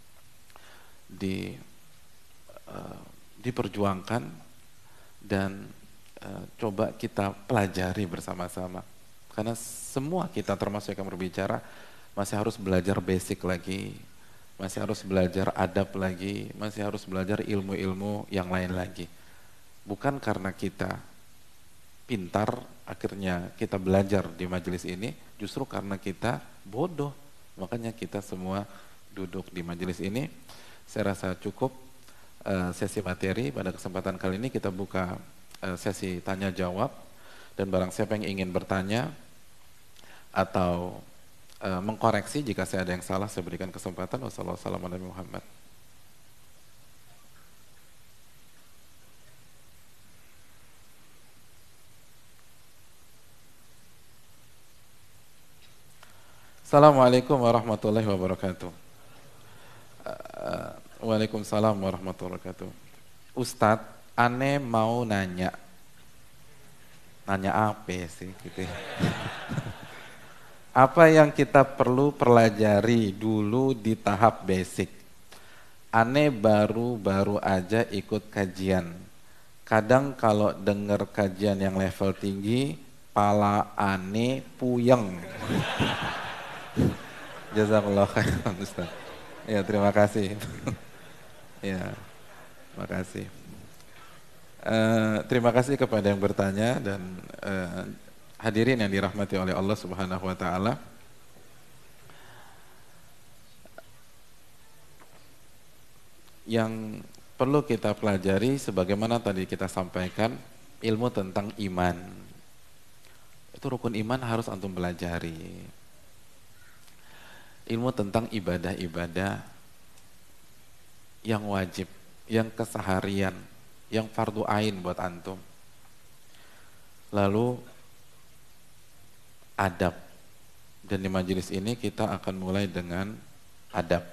diperjuangkan dan coba kita pelajari bersama-sama. Karena semua kita termasuk yang berbicara masih harus belajar basic lagi, masih harus belajar adab lagi, masih harus belajar ilmu-ilmu yang lain lagi. Bukan karena kita pintar akhirnya kita belajar di majelis ini, justru karena kita bodoh. Makanya kita semua duduk di majelis ini. Saya rasa cukup sesi materi. Pada kesempatan kali ini kita buka sesi tanya jawab, dan barang siapa yang ingin bertanya atau mengkoreksi jika saya ada yang salah, saya berikan kesempatan. Wassalamualaikum warahmatullahi wabarakatuh. Assalamualaikum warahmatullahi wabarakatuh. Waalaikumsalam warahmatullahi wabarakatuh. Ustadz, aneh mau nanya. Nanya apa sih gitu ya? Apa yang kita perlu pelajari dulu di tahap basic? Aneh baru aja ikut kajian. Kadang kalau dengar kajian yang level tinggi, pala aneh puyeng. Jazakallah khairan Ustaz. Ya, terima kasih. Ya, terima kasih. Terima kasih kepada yang bertanya dan hadirin yang dirahmati oleh Allah Subhanahu wa taala. Yang perlu kita pelajari sebagaimana tadi kita sampaikan, ilmu tentang iman. Itu rukun iman harus antum pelajari. Ilmu tentang ibadah-ibadah yang wajib, yang keseharian, yang fardu ain buat antum. Lalu adab. Dan di majelis ini kita akan mulai dengan adab.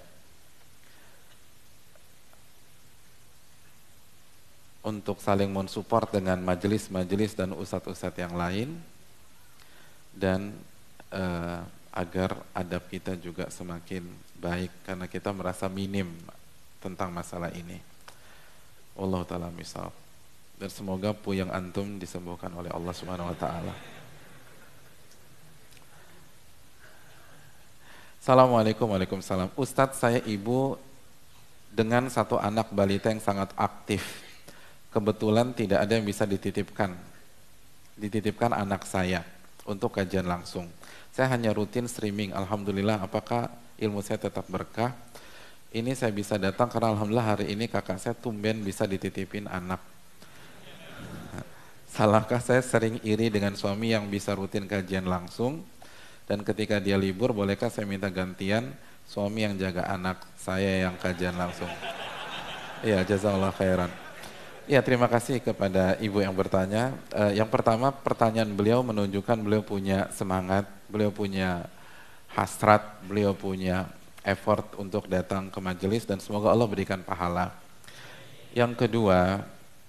Untuk saling mensupport dengan majelis-majelis dan ustadz-ustadz yang lain, dan agar adab kita juga semakin baik karena kita merasa minim tentang masalah ini. Wallahu ta'ala misal. Dan semoga puyeng antum disembuhkan oleh Allah Subhanahu wa taala. Assalamualaikum warahmatullahi wabarakatuh. Ustadz, saya ibu dengan satu anak balita yang sangat aktif. Kebetulan tidak ada yang bisa dititipkan anak saya untuk kajian langsung. Saya hanya rutin streaming. Alhamdulillah, apakah ilmu saya tetap berkah? Ini saya bisa datang karena alhamdulillah hari ini kakak saya tumben bisa dititipin anak. Salahkah saya sering iri dengan suami yang bisa rutin kajian langsung? Dan ketika dia libur, bolehkah saya minta gantian suami yang jaga anak saya yang kajian langsung? Iya, jazakallah khairan. Ya, terima kasih kepada ibu yang bertanya. Yang pertama, pertanyaan beliau menunjukkan beliau punya semangat, beliau punya hasrat, beliau punya effort untuk datang ke majelis dan semoga Allah berikan pahala. Yang kedua,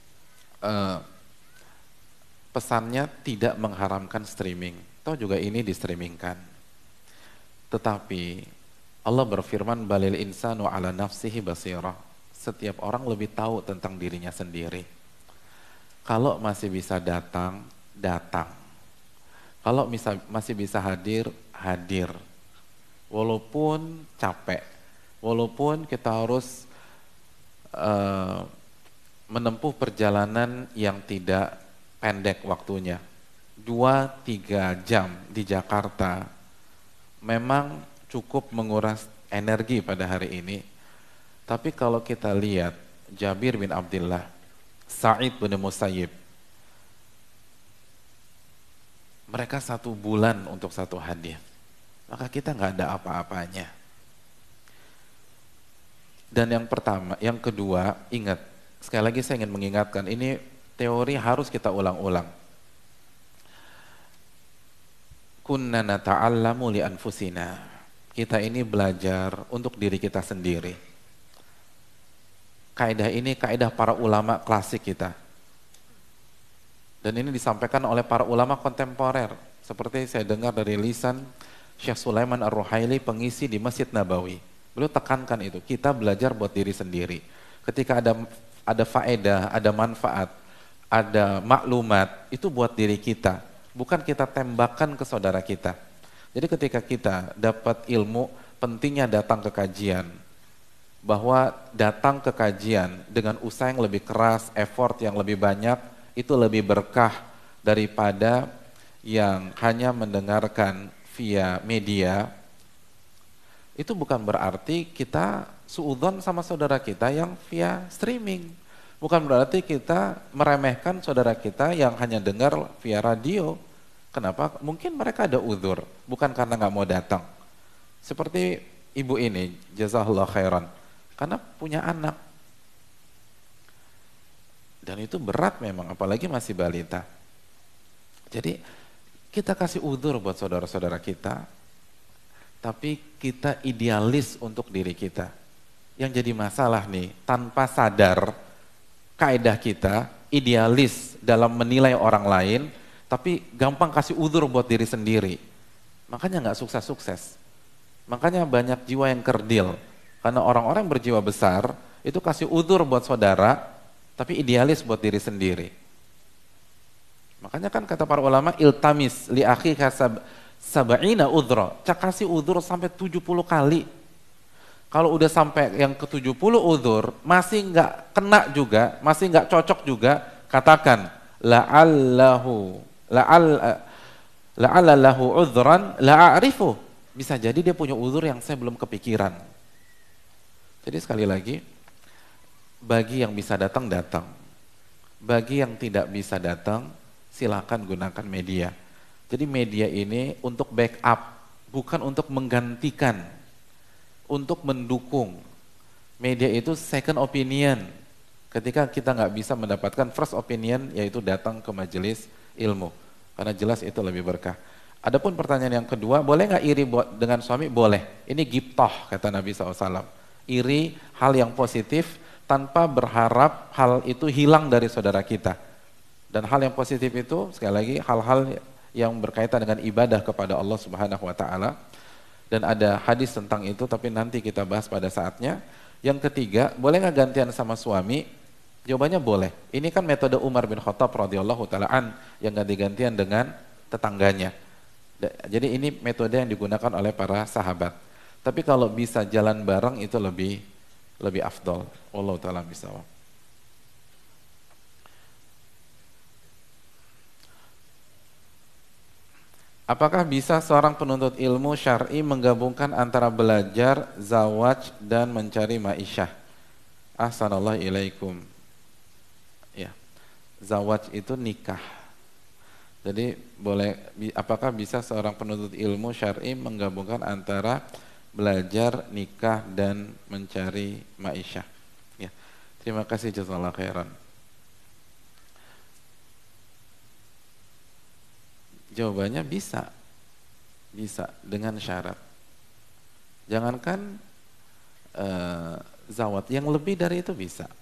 pesannya tidak mengharamkan streaming. Toh juga ini di-streamingkan. Tetapi Allah berfirman, balil insanu ala nafsihi basirah. Setiap orang lebih tahu tentang dirinya sendiri. Kalau masih bisa datang, datang. Kalau masih bisa hadir, hadir. Walaupun capek, walaupun kita harus menempuh perjalanan yang tidak pendek waktunya. 2-3 jam di Jakarta memang cukup menguras energi pada hari ini. Tapi kalau kita lihat Jabir bin Abdullah, Sa'id bin Musayyib, mereka 1 bulan untuk 1 hadis. Maka kita nggak ada apa-apanya. Dan yang kedua, ingat, sekali lagi saya ingin mengingatkan, ini teori harus kita ulang-ulang. kunna nata'allamu li anfusina. Kita ini belajar untuk diri kita sendiri. Kaidah ini kaidah para ulama klasik kita. Dan ini disampaikan oleh para ulama kontemporer. Seperti saya dengar dari lisan Syekh Sulaiman Ar-Ruhaili, pengisi di Masjid Nabawi. Beliau tekankan itu, kita belajar buat diri sendiri. Ketika ada faedah, ada manfaat, ada maklumat, itu buat diri kita. Bukan kita tembakan ke saudara kita. Jadi ketika kita dapat ilmu, pentingnya datang ke kajian. Bahwa datang ke kajian dengan usaha yang lebih keras, effort yang lebih banyak, itu lebih berkah daripada yang hanya mendengarkan via media. Itu bukan berarti kita suudzon sama saudara kita yang via streaming. Bukan berarti kita meremehkan saudara kita yang hanya dengar via radio. Kenapa? Mungkin mereka ada uzur, bukan karena nggak mau datang. Seperti ibu ini, jazakallahu khairan, karena punya anak. Dan itu berat memang, apalagi masih balita. Jadi kita kasih uzur buat saudara-saudara kita, tapi kita idealis untuk diri kita. Yang jadi masalah nih, tanpa sadar, kaidah kita idealis dalam menilai orang lain, tapi gampang kasih uzur buat diri sendiri. Makanya nggak sukses-sukses. Makanya banyak jiwa yang kerdil. Karena orang-orang yang berjiwa besar, itu kasih uzur buat saudara, tapi idealis buat diri sendiri. Makanya kan kata para ulama, iltamis li akhika sab'ina udhra. Kasih uzur sampai 70 kali. Kalau udah sampai yang ke-70 uzur, masih nggak kena juga, masih nggak cocok juga, katakan la'allahu udhran la'arifu. Bisa jadi dia punya uzur yang saya belum kepikiran. Jadi sekali lagi, bagi yang bisa datang, datang. Bagi yang tidak bisa datang, silakan gunakan media. Jadi media ini untuk backup, bukan untuk menggantikan. Untuk mendukung. Media itu second opinion. Ketika kita nggak bisa mendapatkan first opinion, yaitu datang ke majelis ilmu. Karena jelas itu lebih berkah. Adapun pertanyaan yang kedua, boleh nggak iri dengan suami? Boleh. Ini ghibtah, kata Nabi SAW. Iri hal yang positif tanpa berharap hal itu hilang dari saudara kita. Dan hal yang positif itu, sekali lagi, hal-hal yang berkaitan dengan ibadah kepada Allah Subhanahu wa Ta'ala. Dan ada hadis tentang itu, tapi nanti kita bahas pada saatnya. Yang ketiga, boleh nggak gantian sama suami? Jawabannya boleh. Ini kan metode Umar bin Khattab radhiyallahu ta'ala yang ganti-gantian dengan tetangganya. Jadi ini metode yang digunakan oleh para sahabat. Tapi kalau bisa jalan bareng itu lebih afdol. Wallahu ta'ala bisawab. Apakah bisa seorang penuntut ilmu syar'i menggabungkan antara belajar, zawaj, dan mencari ma'isyah? Ahsanallahu ilaikum. Ya, zawaj itu nikah. Jadi apakah bisa seorang penuntut ilmu syar'i menggabungkan antara belajar, nikah, dan mencari ma'isyah? Ya, terima kasih, jazakallahu khairan. Jawabannya bisa dengan syarat. Jangankan zawat, yang lebih dari itu bisa.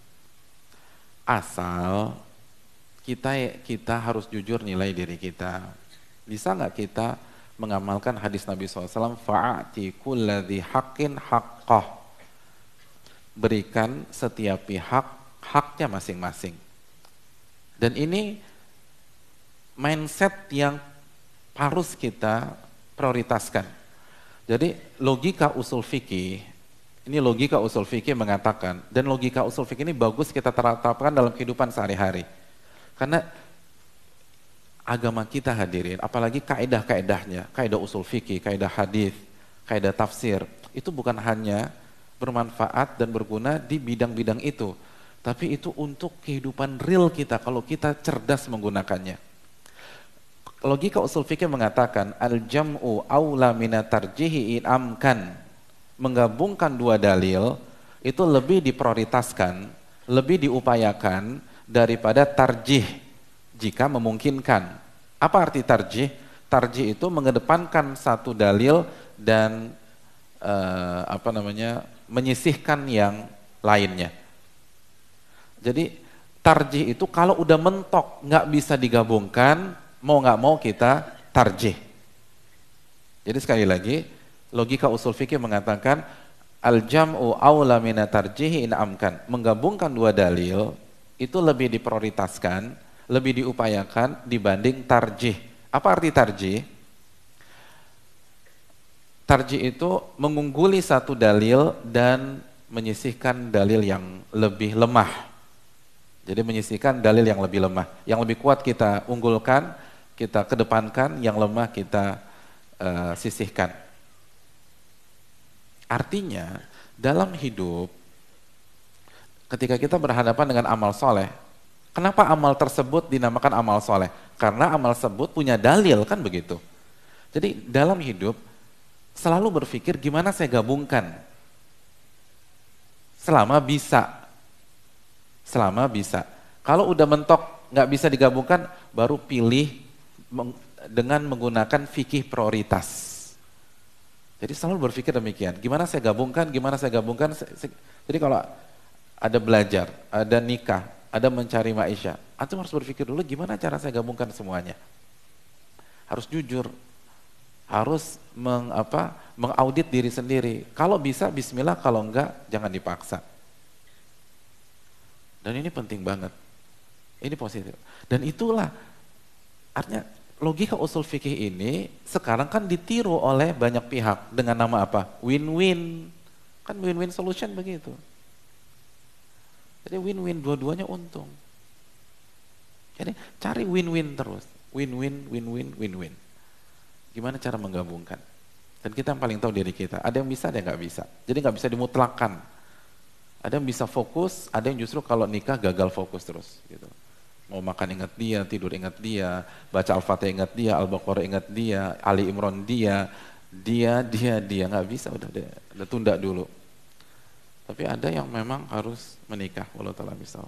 Asal kita harus jujur nilai diri kita. Bisa nggak kita mengamalkan hadis Nabi SAW? Fa'ati kulladzi haqqin haqqah. Berikan setiap pihak haknya masing-masing. Dan ini mindset yang harus kita prioritaskan. Jadi logika usul fikih, ini logika usul fikih mengatakan, dan logika usul fikih ini bagus kita terapkan dalam kehidupan sehari-hari. Karena agama kita hadirin, apalagi kaidah-kaidahnya, kaidah usul fikih, kaidah hadis, kaidah tafsir, itu bukan hanya bermanfaat dan berguna di bidang-bidang itu, tapi itu untuk kehidupan real kita kalau kita cerdas menggunakannya. Logika usul fikih mengatakan al-jam'u aula minat tarjihi in amkan. Menggabungkan dua dalil itu lebih diprioritaskan, lebih diupayakan daripada tarjih jika memungkinkan. Apa arti tarjih? Tarjih itu mengedepankan satu dalil dan menyisihkan yang lainnya. Jadi tarjih itu kalau udah mentok nggak bisa digabungkan, mau nggak mau kita tarjih. Jadi sekali lagi logika usul fikih mengatakan al-jam'u aula mina tarjih in amkan. Menggabungkan dua dalil itu lebih diprioritaskan, lebih diupayakan dibanding tarjih. Apa arti tarjih? Tarjih itu mengungguli satu dalil dan menyisihkan dalil yang lebih lemah. Jadi menyisihkan dalil yang lebih lemah. Yang lebih kuat kita unggulkan, kita kedepankan, yang lemah kita sisihkan. Artinya, dalam hidup, ketika kita berhadapan dengan amal soleh, kenapa amal tersebut dinamakan amal soleh? Karena amal tersebut punya dalil, kan begitu. Jadi dalam hidup, selalu berpikir gimana saya gabungkan. Selama bisa. Kalau udah mentok nggak bisa digabungkan, baru pilih dengan menggunakan fikih prioritas. Jadi selalu berpikir demikian. Gimana saya gabungkan? Jadi kalau ada belajar, ada nikah, ada mencari maisha, antum harus berpikir dulu gimana cara saya gabungkan semuanya. Harus jujur, harus mengaudit diri sendiri. Kalau bisa bismillah, kalau enggak jangan dipaksa. Dan ini penting banget. Ini positif. Dan itulah artinya logika usul fikih ini sekarang kan ditiru oleh banyak pihak dengan nama apa? Win-win. Kan win-win solution begitu. Jadi win-win, dua-duanya untung. Jadi cari win-win terus. Win-win, win-win, win-win. Gimana cara menggabungkan? Dan kita yang paling tahu diri kita. Ada yang bisa, ada yang nggak bisa. Jadi nggak bisa dimutlakan. Ada yang bisa fokus, ada yang justru kalau nikah gagal fokus terus. Gitu. Mau makan ingat dia, tidur ingat dia, baca Al-Fatihah ingat dia, Al-Baqarah ingat dia, Ali Imran dia, nggak bisa, udah tunda dulu. Tapi ada yang memang harus menikah, wallahu ta'ala misal.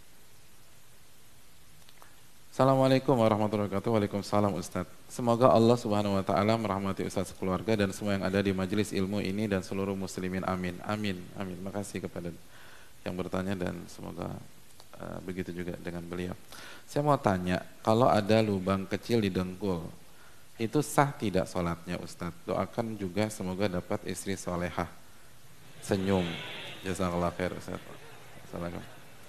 Assalamualaikum warahmatullahi wabarakatuh. Waalaikumsalam Ustaz. Semoga Allah Subhanahu wa taala merahmati Ustaz sekeluarga dan semua yang ada di majelis ilmu ini dan seluruh muslimin. Amin. Amin. Amin. Makasih kepada yang bertanya dan semoga begitu juga dengan beliau. Saya mau tanya, kalau ada lubang kecil di dengkul, itu sah tidak sholatnya Ustaz? Doakan juga semoga dapat istri solehah. Senyum. Jazakallah khair Ustaz. Assalamualaikum.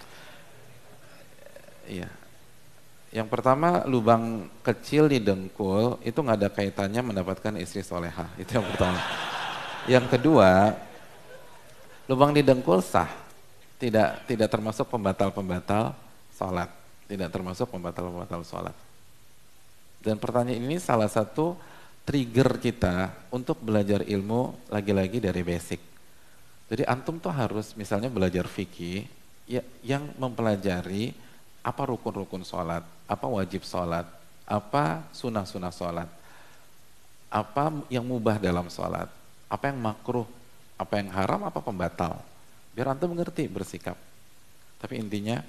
Iya. Yang pertama, lubang kecil di dengkul itu nggak ada kaitannya mendapatkan istri solehah. Itu yang pertama. Yang kedua, lubang di dengkul sah. Tidak termasuk pembatal-pembatal sholat. Tidak termasuk pembatal-pembatal sholat. Dan pertanyaan ini salah satu trigger kita untuk belajar ilmu lagi-lagi dari basic. Jadi antum tuh harus misalnya belajar fikih yang mempelajari apa rukun-rukun sholat, apa wajib sholat, apa sunnah-sunnah sholat, apa yang mubah dalam sholat, apa yang makruh, apa yang haram, apa pembatal. Biar antum mengerti bersikap. Tapi intinya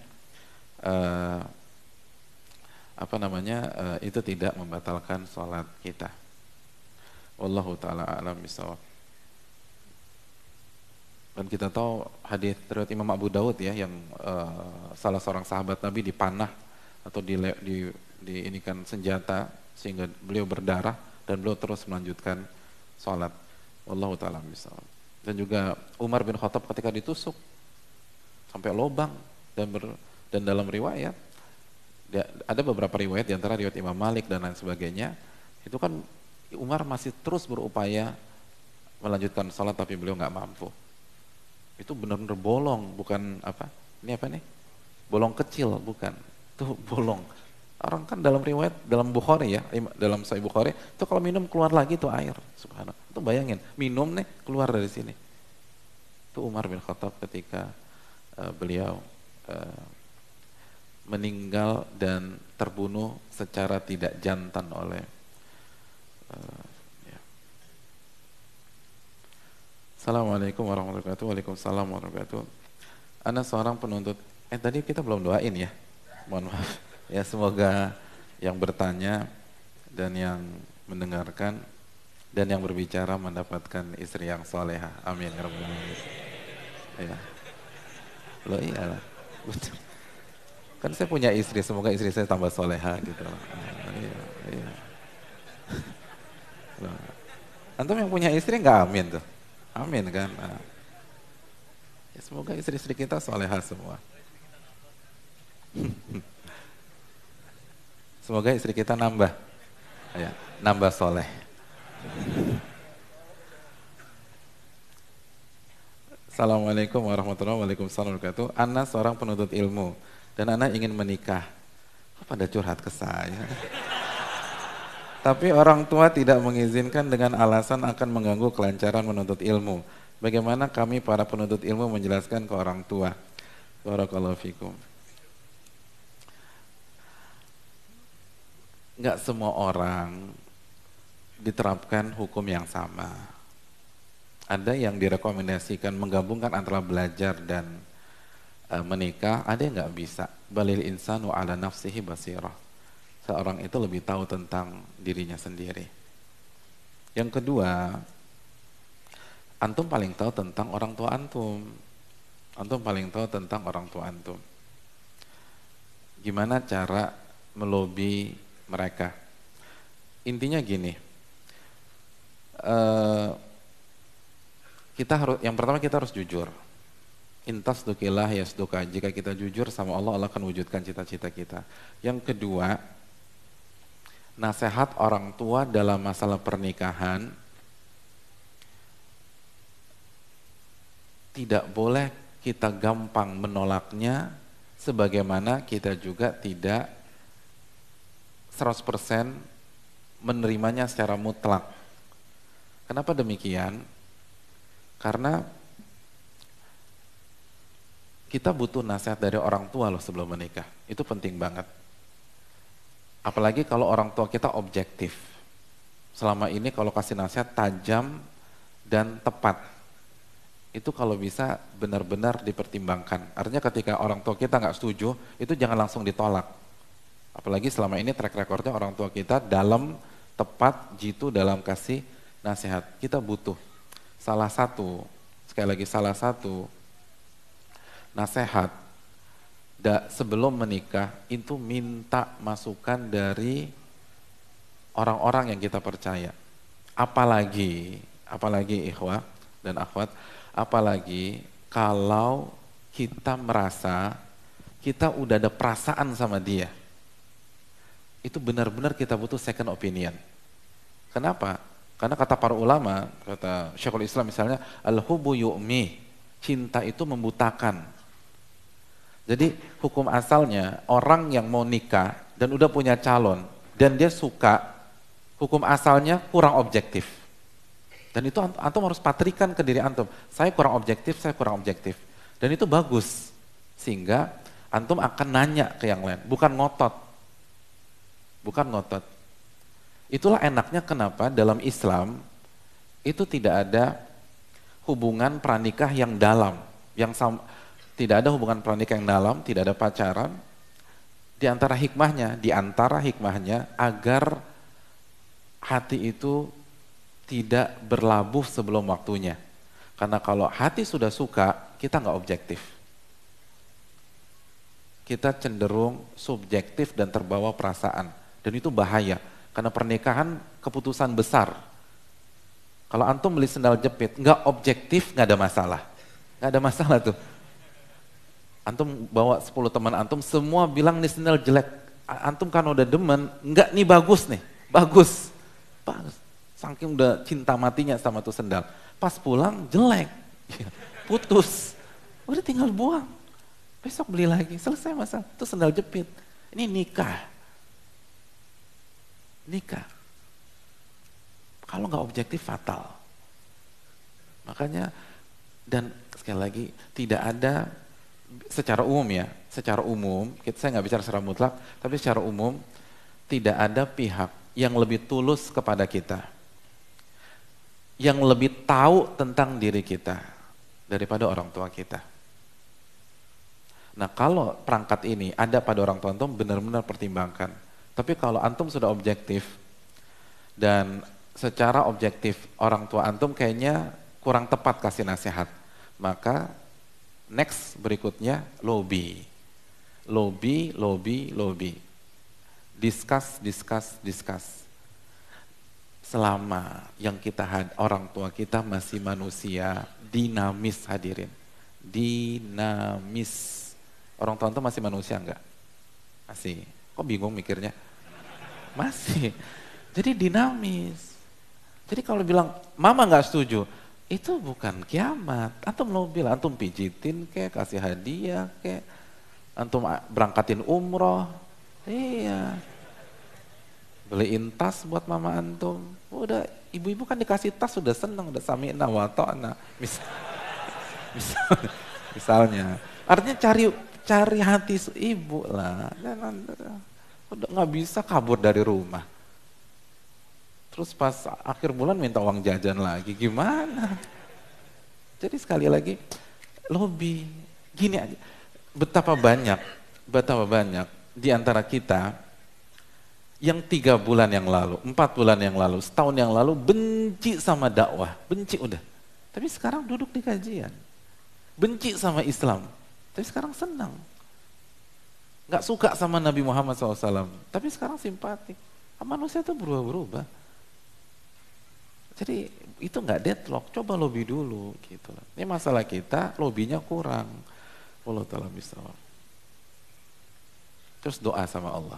itu tidak membatalkan sholat kita. Wallahu ta'ala a'lam bishawab. Dan kita tahu hadis riwayat Imam Abu Daud ya, yang salah seorang sahabat Nabi dipanah atau diinikan senjata sehingga beliau berdarah dan beliau terus melanjutkan sholat. Wallahu ta'ala bishawab. Dan juga Umar bin Khattab ketika ditusuk sampai lubang dan dalam riwayat ada beberapa riwayat di antara riwayat Imam Malik dan lain sebagainya, itu kan Umar masih terus berupaya melanjutkan sholat tapi beliau nggak mampu. Itu benar-benar bolong, bukan apa? Ini apa nih? Bolong kecil, bukan. Itu bolong. Orang kan dalam riwayat, dalam Bukhari ya, dalam Sahih Bukhari, itu kalau minum keluar lagi itu air, subhanallah. Itu bayangin, minum nih keluar dari sini. Itu Umar bin Khattab ketika beliau meninggal dan terbunuh secara tidak jantan oleh ya. Assalamualaikum warahmatullahi wabarakatuh. Waalaikumsalam warahmatullahi wabarakatuh. Ana seorang penuntut, tadi kita belum doain ya, mohon maaf. Ya semoga yang bertanya dan yang mendengarkan, dan yang berbicara mendapatkan istri yang soleha. Amin ya rabbal alamin. Ya. Loh iyalah. Betul. Kan saya punya istri, semoga istri saya tambah soleha gitu. Iya, iya. Loh. Antum yang punya istri nggak amin tuh? Amin kan? Nah. Ya, semoga istri-istri kita soleha semua. Semoga istri kita nambah, ya, nambah soleh. Assalamualaikum warahmatullahi wabarakatuh. Ana seorang penuntut ilmu dan Ana ingin menikah. Kok pada curhat ke saya? Tapi orang tua tidak mengizinkan dengan alasan akan mengganggu kelancaran menuntut ilmu. Bagaimana kami para penuntut ilmu menjelaskan ke orang tua? Barakallahu fikum. Nggak semua orang diterapkan hukum yang sama. Ada yang direkomendasikan menggabungkan antara belajar dan menikah, ada yang nggak bisa. Balil insanu ala nafsihi basirah. Seorang itu lebih tahu tentang dirinya sendiri. Yang kedua, antum paling tahu tentang orang tua antum. Antum paling tahu tentang orang tua antum. Gimana cara melobi mereka? Intinya gini, yang pertama kita harus jujur. Intas dukilah yasduka. Jika kita jujur sama Allah, Allah akan wujudkan cita-cita kita. Yang kedua, nasihat orang tua dalam masalah pernikahan tidak boleh kita gampang menolaknya, sebagaimana kita juga tidak 100% menerimanya secara mutlak. Kenapa demikian? Karena kita butuh nasihat dari orang tua loh sebelum menikah. Itu penting banget. Apalagi kalau orang tua kita objektif. Selama ini kalau kasih nasihat tajam dan tepat. Itu kalau bisa benar-benar dipertimbangkan. Artinya ketika orang tua kita nggak setuju, itu jangan langsung ditolak. Apalagi selama ini track recordnya orang tua kita dalam tepat, jitu dalam kasih nasihat. Kita butuh sekali lagi salah satu nasihat sebelum menikah itu minta masukan dari orang-orang yang kita percaya. Apalagi ikhwah dan akhwat, apalagi kalau kita merasa kita udah ada perasaan sama dia. Itu benar-benar kita butuh second opinion. Kenapa? Karena kata para ulama, kata Syekhul Islam misalnya, al-hubbu yu'mi, cinta itu membutakan. Jadi hukum asalnya orang yang mau nikah dan udah punya calon dan dia suka, hukum asalnya kurang objektif. Dan itu antum harus patrikan ke diri antum. Saya kurang objektif. Dan itu bagus. Sehingga antum akan nanya ke yang lain, bukan ngotot. Itulah enaknya kenapa dalam Islam itu tidak ada hubungan pranikah yang dalam, tidak ada hubungan pranikah yang dalam, tidak ada pacaran. Di antara hikmahnya agar hati itu tidak berlabuh sebelum waktunya. Karena kalau hati sudah suka, kita nggak objektif. Kita cenderung subjektif dan terbawa perasaan. Dan itu bahaya, karena pernikahan keputusan besar. Kalau antum beli sendal jepit, nggak objektif, nggak ada masalah. Nggak ada masalah tuh. Antum bawa 10 teman antum, semua bilang nih sendal jelek. Antum kan udah demen, nggak nih bagus. Bagus. Saking udah cinta matinya sama tuh sendal. Pas pulang jelek, putus. Udah tinggal buang. Besok beli lagi, selesai masalah. Itu sendal jepit. Ini nikah. Kalau nggak objektif fatal. Makanya, dan sekali lagi tidak ada secara umum, saya nggak bicara secara mutlak, tapi secara umum tidak ada pihak yang lebih tulus kepada kita, yang lebih tahu tentang diri kita daripada orang tua kita. Nah, kalau perangkat ini ada pada orang tua antum, benar-benar pertimbangkan. Tapi kalau antum sudah objektif Dan secara objektif orang tua antum kayaknya kurang tepat kasih nasihat. Maka next berikutnya lobby. Lobby. Discuss. Selama yang orang tua kita masih manusia dinamis hadirin. Dinamis. Orang tua antum masih manusia enggak? Masih. Kok bingung mikirnya? Masih. Jadi dinamis. Jadi kalau bilang mama nggak setuju, itu bukan kiamat. Antum lo bilang, antum pijitin kayak, kasih hadiah kayak, antum berangkatin umroh, iya. Beliin tas buat mama antum. Udah, ibu-ibu kan dikasih tas sudah seneng, udah sami'na wa ta'na. Misalnya. Artinya cari hati ibu lah. Udah nggak bisa kabur dari rumah. Terus pas akhir bulan minta uang jajan lagi, gimana? Jadi sekali lagi, lobby, gini aja. Betapa banyak di antara kita yang 3 bulan yang lalu, 4 bulan yang lalu, setahun yang lalu benci sama dakwah, benci udah. Tapi sekarang duduk di kajian, benci sama Islam, tapi sekarang senang. Nggak suka sama Nabi Muhammad SAW, tapi sekarang simpatik. Manusia itu berubah-berubah. Jadi itu nggak deadlock, coba lobby dulu gitu. Ini masalah kita, lobbynya kurang. Allah Ta'ala bisawab. Terus doa sama Allah.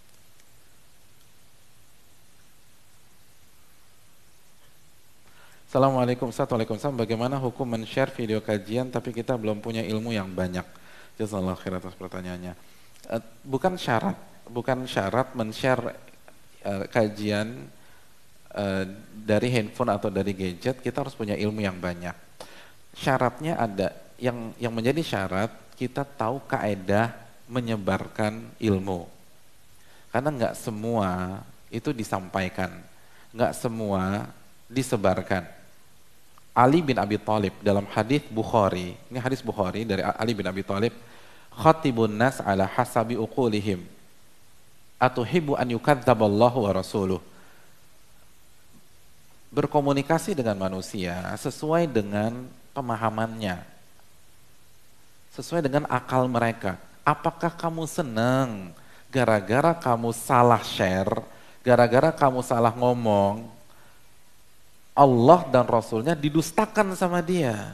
Assalamualaikum Waalaikumsalam. Bagaimana hukum men-share video kajian tapi kita belum punya ilmu yang banyak? Jazakallahu khairan atas pertanyaannya. Bukan syarat men-share kajian dari handphone atau dari gadget, kita harus punya ilmu yang banyak. Syaratnya ada, yang menjadi syarat kita tahu kaedah menyebarkan ilmu. Karena nggak semua itu disampaikan, nggak semua disebarkan. Ali bin Abi Thalib dalam hadis Bukhari, ini hadis Bukhari dari Ali bin Abi Thalib, khatibun nas ala hasabi uqulihim atuhibbu an yukadzdzaballahu wa rasuluh. Berkomunikasi dengan manusia sesuai dengan pemahamannya, sesuai dengan akal mereka. Apakah kamu senang gara-gara kamu salah share, gara-gara kamu salah ngomong, Allah dan Rasulnya didustakan sama dia?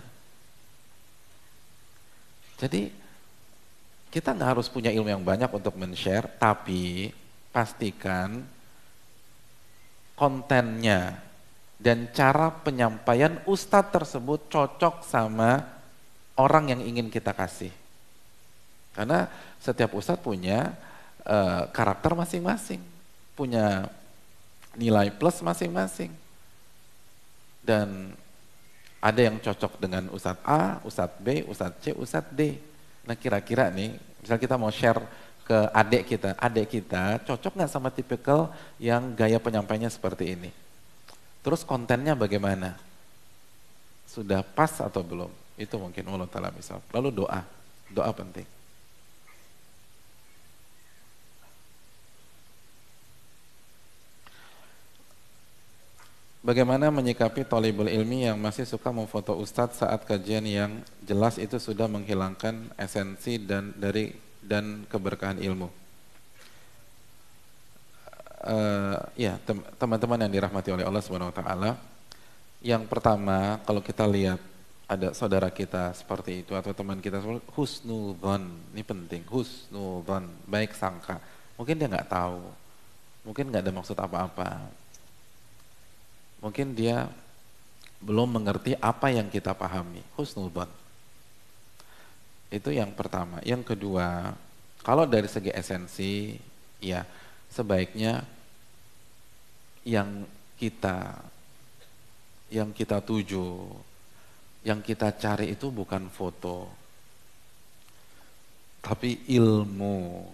Jadi kita nggak harus punya ilmu yang banyak untuk men-share, tapi pastikan kontennya dan cara penyampaian ustadz tersebut cocok sama orang yang ingin kita kasih. Karena setiap ustadz punya karakter masing-masing, punya nilai plus masing-masing. Dan ada yang cocok dengan ustadz A, ustadz B, ustadz C, ustadz D. Nah kira-kira nih, misal kita mau share ke adik kita cocok nggak sama tipikal yang gaya penyampainya seperti ini? Terus kontennya bagaimana? Sudah pas atau belum? Itu mungkin Allah Ta'ala misal. Lalu doa penting. Bagaimana menyikapi thalibul ilmi yang masih suka memfoto ustadz saat kajian yang jelas itu sudah menghilangkan esensi dan keberkahan ilmu? Ya teman-teman yang dirahmati oleh Allah Subhanahu Wa Taala, yang pertama kalau kita lihat ada saudara kita seperti itu atau teman kita husnudzon, ini penting, husnudzon, baik sangka. Mungkin dia nggak tahu, mungkin nggak ada maksud apa-apa, mungkin dia belum mengerti apa yang kita pahami. Husnudzon itu yang pertama. Yang kedua, kalau dari segi esensi, ya sebaiknya yang kita tuju, yang kita cari itu bukan foto, tapi ilmu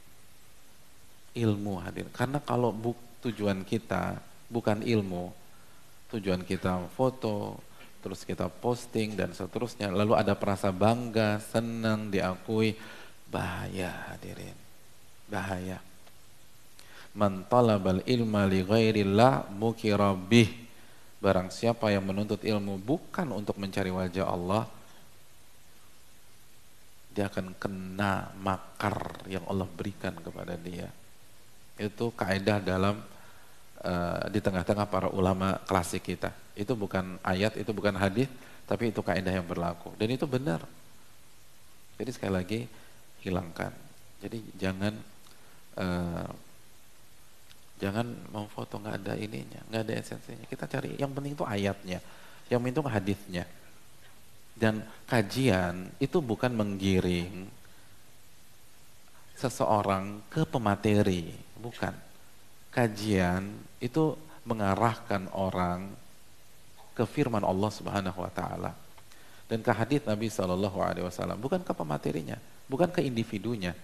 hadir. Karena kalau tujuan kita bukan ilmu, tujuan kita foto, terus kita posting dan seterusnya, lalu ada perasa bangga, senang, diakui, bahaya hadirin, bahaya. Man talabal ilma li ghairillah mukira bih. Barang siapa yang menuntut ilmu bukan untuk mencari wajah Allah, dia akan kena makar yang Allah berikan kepada dia. Itu kaidah dalam di tengah-tengah para ulama klasik kita. Itu bukan ayat, itu bukan hadis, tapi itu kaidah yang berlaku. Dan itu benar. Jadi sekali lagi hilangkan. Jadi jangan jangan memfoto nggak ada ininya, nggak ada esensinya. Kita cari yang penting itu ayatnya, yang penting itu hadisnya. Dan kajian itu bukan menggiring seseorang ke pemateri, bukan. Kajian itu mengarahkan orang ke firman Allah Subhanahu wa taala dan ke hadis Nabi Shallallahu alaihi wasallam, bukan ke pematerinya, bukan ke individunya.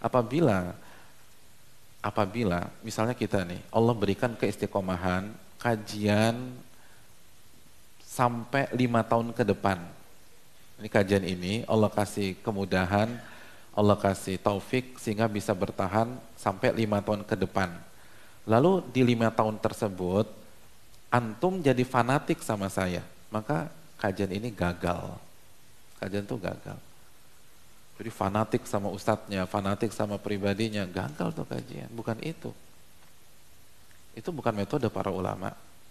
Apabila misalnya kita nih, Allah berikan keistiqomahan kajian sampai 5 tahun ke depan. Ini kajian ini Allah kasih kemudahan, Allah kasih taufik sehingga bisa bertahan sampai 5 tahun ke depan. Lalu di 5 tahun tersebut antum jadi fanatik sama saya, maka kajian ini gagal. Kajian itu gagal. Jadi fanatik sama ustadznya, fanatik sama pribadinya, gagal tuh kajian. Bukan itu. Itu bukan metode para ulama.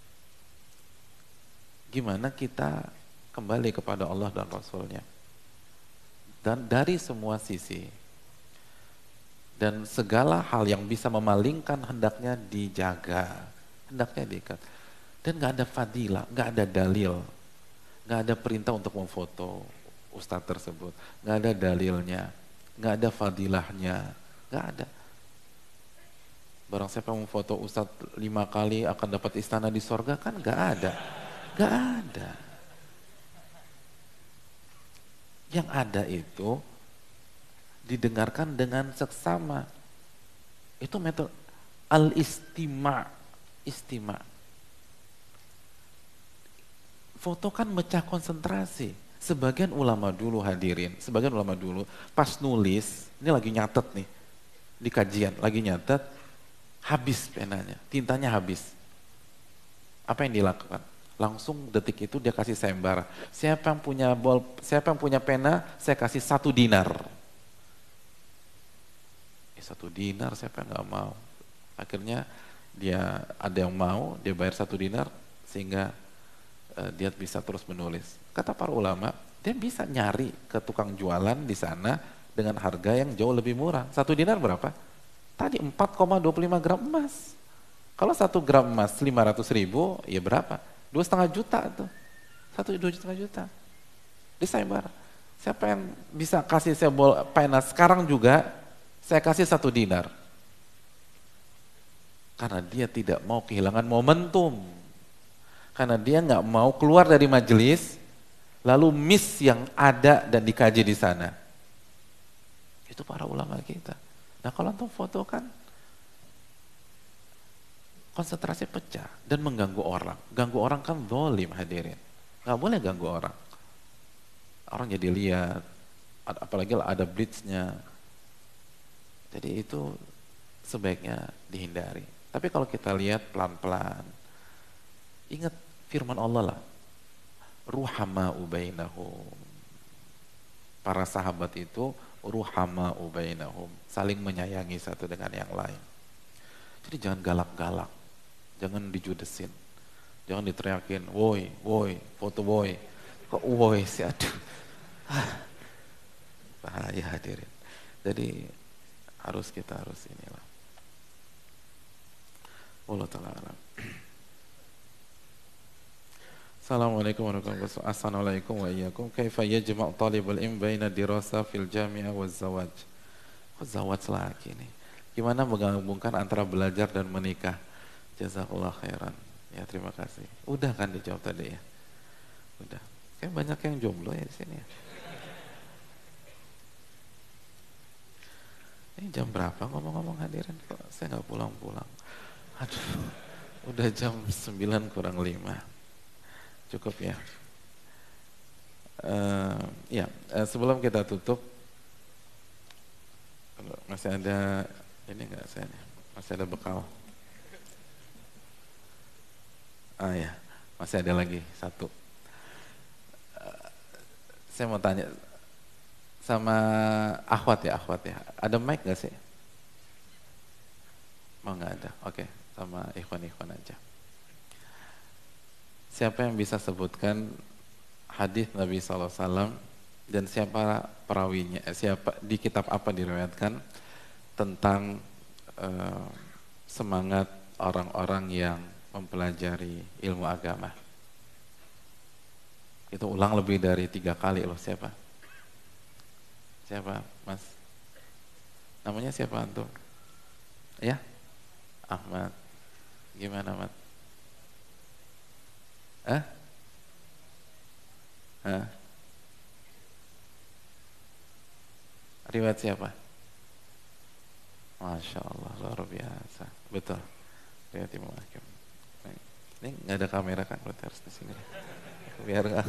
Gimana kita kembali kepada Allah dan Rasulnya. Dan dari semua sisi. Dan segala hal yang bisa memalingkan hendaknya dijaga. Hendaknya diikat. Dan gak ada fadilah, gak ada dalil. Gak ada perintah untuk memfoto ustadz tersebut. Gak ada dalilnya. Gak ada fadilahnya. Gak ada. Barang siapa yang memfoto ustadz 5 kali akan dapat istana di sorga, kan gak ada. Gak ada. Yang ada itu didengarkan dengan seksama. Itu metode al-istima'. Istima'. Foto kan mecah konsentrasi. Sebagian ulama dulu hadirin, sebagian ulama dulu pas nulis, ini lagi nyatet nih, di kajian, lagi nyatet, habis penanya, tintanya habis. Apa yang dilakukan? Langsung detik itu dia kasih sayembara. Siapa yang punya pena, saya kasih 1 dinar. 1 dinar siapa yang gak mau? Akhirnya dia ada yang mau, dia bayar 1 dinar sehingga dia bisa terus menulis. Kata para ulama, dia bisa nyari ke tukang jualan di sana dengan harga yang jauh lebih murah. 1 dinar berapa? Tadi 4,25 gram emas. Kalau 1 gram emas 500.000, ya berapa? 2,5 juta tuh. 2,5 juta. Dia sayembara. Siapa yang bisa kasih saya pena sekarang juga, saya kasih 1 dinar. Karena dia tidak mau kehilangan momentum. Karena dia nggak mau keluar dari majelis, lalu miss yang ada dan dikaji di sana. Itu para ulama kita. Nah kalau antum foto kan, konsentrasi pecah dan mengganggu orang. Ganggu orang kan zalim hadirin. Nggak boleh ganggu orang. Orang jadi lihat, apalagi ada blitznya. Jadi itu sebaiknya dihindari. Tapi kalau kita lihat pelan-pelan, ingat firman Allah lah, ruhama'u bainahum. Para sahabat itu ruhama'u bainahum, saling menyayangi satu dengan yang lain. Jadi jangan galak-galak, jangan dijudesin, jangan diteriakin, woi, foto woi. Kok woi sih, aduh. Bahaya hadirin. Jadi kita harus inilah. Allah ta'ala. Assalamualaikum warahmatullahi wabarakatuh. Assalamualaikum wa iyyakum. Kaifa yajma' talibul ilm baina dirasa fil jami'ah waz zawaj? Kok zawaj lagi nih? Gimana menggabungkan antara belajar dan menikah? Jazakallah khairan. Ya terima kasih. Udah kan dijawab tadi ya? Udah. Kayak banyak yang jomblo ya di sini ya. Ini jam berapa ngomong-ngomong hadirin? Kok saya nggak pulang-pulang? Aduh, udah jam 9 kurang 5. Cukup ya. Sebelum kita tutup, masih ada ini enggak saya nih? Masih ada bekal. Ah ya, masih ada lagi satu. Saya mau tanya sama akhwat ya, ada mic gak sih? Oh nggak ada, oke, sama ikhwan-ikhwan aja. Siapa yang bisa sebutkan hadis Nabi SAW dan siapa perawinya, siapa di kitab apa diriwayatkan tentang semangat orang-orang yang mempelajari ilmu agama? Itu ulang lebih dari 3 kali loh. Siapa? Siapa mas? Namanya siapa antum? Ya? Ahmad. Gimana Ahmad? Hah? Hah? Riwayat siapa? Masya Allah, luar biasa. Betul. Riwayat Imam Hakim. Ini nggak ada kamera kan? Berarti harus di sini. Biar nggak.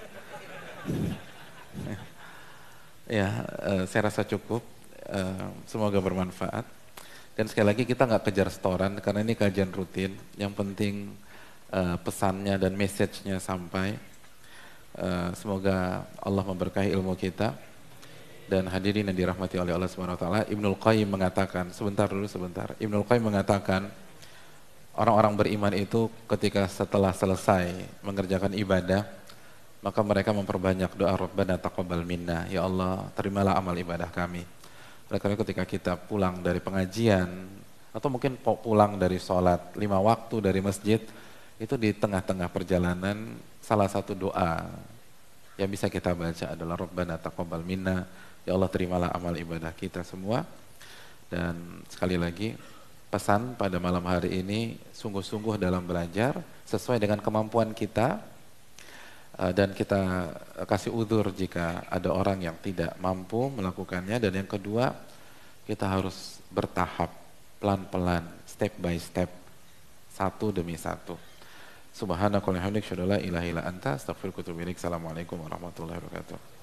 Ya, saya rasa cukup. Semoga bermanfaat. Dan sekali lagi kita nggak kejar setoran karena ini kajian rutin. Yang penting pesannya dan message-nya sampai. Semoga Allah memberkahi ilmu kita. Dan hadirin yang dirahmati oleh Allah Subhanahu wa taala, Ibnul Qayyim mengatakan, sebentar. Ibnul Qayyim mengatakan orang-orang beriman itu ketika setelah selesai mengerjakan ibadah, maka mereka memperbanyak doa Rabbana taqabbal minna, ya Allah, terimalah amal ibadah kami. Oleh karena ketika kita pulang dari pengajian atau mungkin pulang dari sholat 5 waktu dari masjid, itu di tengah-tengah perjalanan salah satu doa yang bisa kita baca adalah Rabbana taqabbal minna, ya Allah terimalah amal ibadah kita semua. Dan sekali lagi pesan pada malam hari ini, sungguh-sungguh dalam belajar sesuai dengan kemampuan kita, dan kita kasih udzur jika ada orang yang tidak mampu melakukannya. Dan yang kedua, kita harus bertahap, pelan-pelan, step by step, satu demi satu. Subhanakallahumma wa bihamdika asyhadu an la ilaha illa anta astaghfiruka wa atubu ilaik. Assalamualaikum warahmatullahi wabarakatuh.